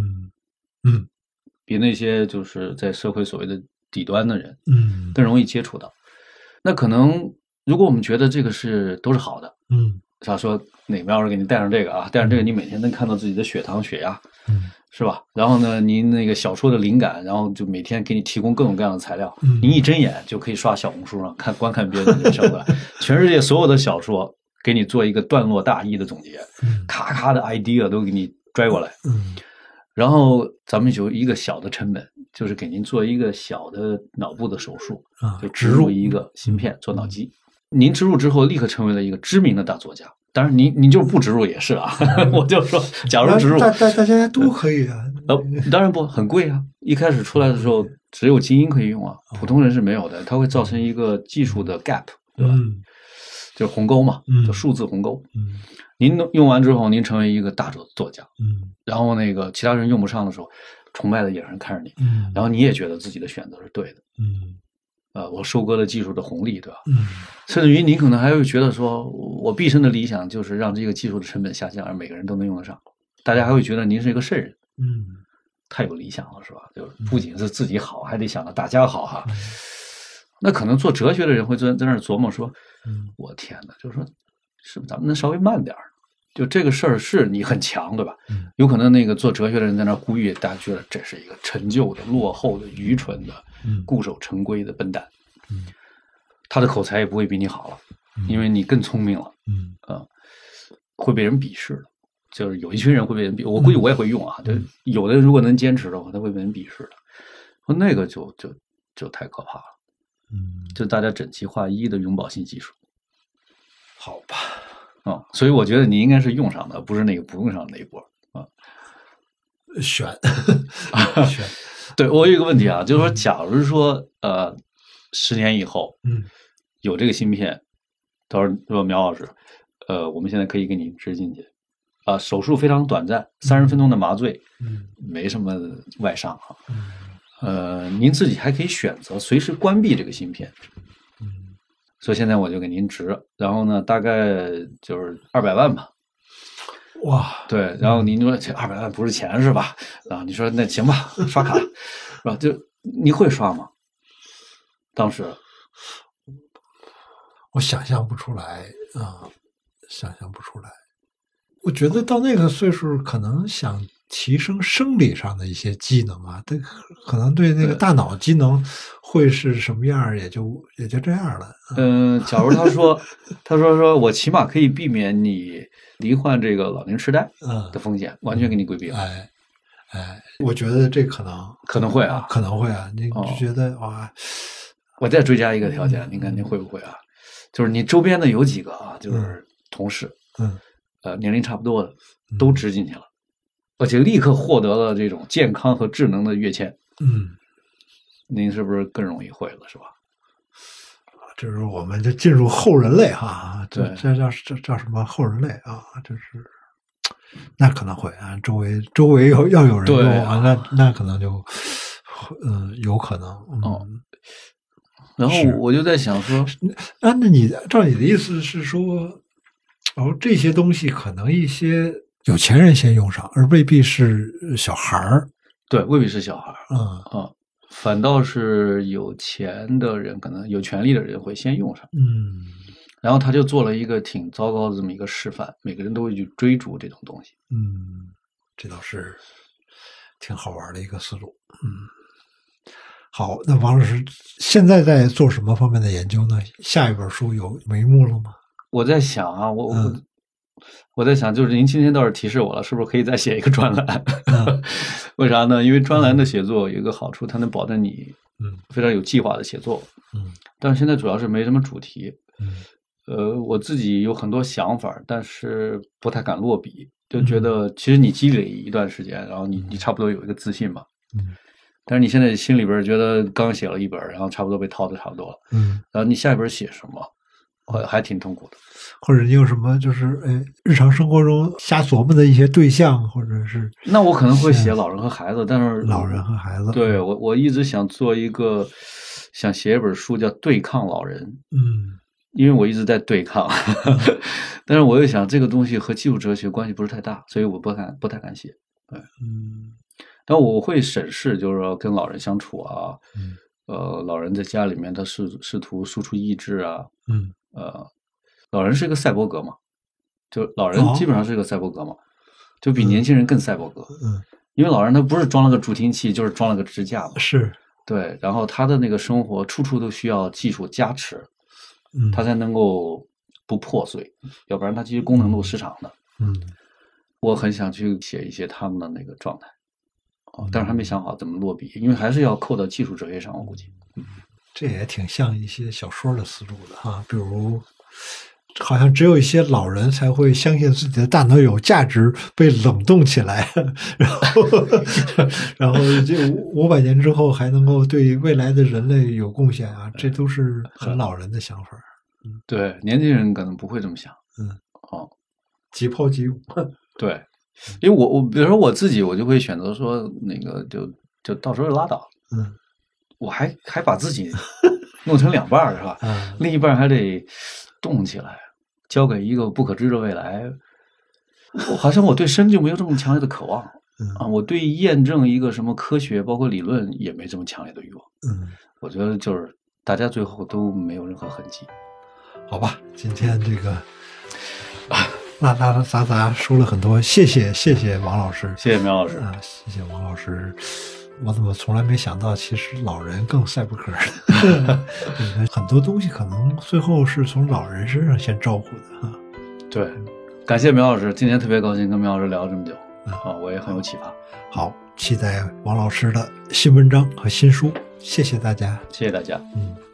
比那些就是在社会所谓的底端的人，更容易接触到。那可能如果我们觉得这个都是好的，他说哪苗老师给你带上这个啊，带上这个你每天能看到自己的血糖、血压，是吧？然后呢，您那个小说的灵感，然后就每天给你提供各种各样的材料，您一睁眼就可以刷小红书上观看别人的人生了，全世界所有的小说给你做一个段落大意的总结，咔咔的 idea 都给你拽过来，然后咱们就一个小的成本，就是给您做一个小的脑部的手术，就植入一个芯片做脑机。您植入之后，立刻成为了一个知名的大作家。当然，您就是不植入也是啊。我就说，假如植入， 大家都可以啊。 当然不，很贵啊。一开始出来的时候，只有精英可以用啊，普通人是没有的。它会造成一个技术的 gap， 对吧？就是鸿沟嘛，就数字鸿沟。您用完之后，您成为一个大作家。然后那个其他人用不上的时候，崇拜的眼神看着你，然后你也觉得自己的选择是对的。我收割了技术的红利，对吧？甚至于您可能还会觉得说，我毕生的理想就是让这个技术的成本下降，而每个人都能用得上，大家还会觉得您是一个圣人。 太有理想了，是吧？就是不仅是自己好，还得想着大家好哈。那可能做哲学的人会在那儿琢磨说，我天哪，就是说，是不是咱们能稍微慢点儿？就这个事儿是你很强，对吧？有可能那个做哲学的人在那儿呼吁，大家觉得这是一个陈旧的、落后的、愚蠢的、固守成规的笨蛋。他的口才也不会比你好了，因为你更聪明了。会被人鄙视的。就是有一群人会被人鄙，我估计我也会用啊。就有的人如果能坚持的话，他会被人鄙视的。说那个就太可怕了。就大家整齐划一的永保性技术。 好吧。 所以我觉得你应该是用上的，不是那个不用上的那一波啊。 选。 对，我有一个问题啊，就是说，假如说10年以后，有这个芯片，到时候说苗老师，我们现在可以给你植进去，手术非常短暂，30分钟的麻醉，没什么外伤啊，您自己还可以选择随时关闭这个芯片，所以现在我就给您植，然后呢，大概就是200万吧。 哇， 对，然后您说这200万不是钱是吧？然后你说那行吧，刷卡，是吧？就你会刷吗？当时我想象不出来啊，想象不出来。我觉得到那个岁数，可能想提升生理上的一些机能啊，可能对那个大脑机能会是什么样，也就这样了。 假如他说我起码可以避免你罹患这个老年痴呆的风险，完全给你规避了。 我觉得这可能会啊， 可能会啊，你就觉得哇。 我再追加一个条件，您看您会不会啊？就是你周边的有几个啊，就是同事，年龄差不多的都植进去了，而且立刻获得了这种健康和智能的跃迁。您是不是更容易会了，是吧？ 这是我们就进入后人类哈， 对， 这叫什么后人类啊？就是那可能会啊，周围要有人用啊，那可能就有可能。 然后我就在想说， 那你照你的意思是说，这些东西可能一些有钱人先用上，而未必是小孩儿。 对，未必是小孩儿。反倒是有钱的人，可能有权利的人会先用上。然后他就做了一个挺糟糕的这么一个示范，每个人都会去追逐这种东西。 这倒是挺好玩的一个思路。好，那王老师现在在做什么方面的研究呢？下一本书有眉目了吗？ 我在想啊，我在想，就是您今天倒是提示我了，是不是可以再写一个专栏？为啥呢？因为专栏的写作有一个好处，它能保证你非常有计划的写作。但是现在主要是没什么主题。我自己有很多想法，但是不太敢落笔，就觉得其实你积累一段时间，然后你差不多有一个自信嘛。但是你现在心里边觉得刚写了一本，然后差不多被套的差不多了。然后你下一本写什么，还挺痛苦的。 或者你有什么就是日常生活中瞎琢磨的一些对象，或者是那我可能会写老人和孩子，但是老人和孩子， 对我一直想做想写一本书叫对抗老人。因为我一直在对抗，但是我又想这个东西和技术哲学关系不是太大，所以我不太敢写。对，但我会审视，就是说跟老人相处啊，老人在家里面他试图输出意志啊，老人是一个赛博格嘛，就老人基本上是一个赛博格嘛，就比年轻人更赛博格。因为老人他不是装了个助听器，就是装了个支架嘛。 是， 对，然后他的那个生活处处都需要技术加持。它才能够不破碎，要不然它其实功能都失常的。我很想去写一些他们的那个状态，但是还没想好怎么落笔，因为还是要扣到技术哲学上，我估计。 这也挺像一些小说的思路的哈，比如好像只有一些老人才会相信自己的大脑有价值，被冷冻起来，然后这500年之后还能够对未来的人类有贡献啊，这都是很老人的想法。 对，年轻人可能不会这么想。 即抛即舞。 对，因为我比如说我自己，我就会选择说那个就到时候拉倒。我还把自己弄成2半是吧？另一半还得动起来，交给一个不可知的未来。好像我对生就没有这么强烈的渴望。 我对验证一个什么科学包括理论也没这么强烈的欲望。我觉得就是大家最后都没有任何痕迹。 好吧，今天这个拉拉杂杂说了很多，谢谢王老师， 谢谢苗老师谢谢王老师。我怎么从来没想到，其实老人更赛博客很多东西可能最后是从老人身上先招呼的哈。 对，感谢苗老师，今天特别高兴跟苗老师聊了这么久我也很有启发。 好，期待王老师的新文章和新书，谢谢大家， 谢谢大家。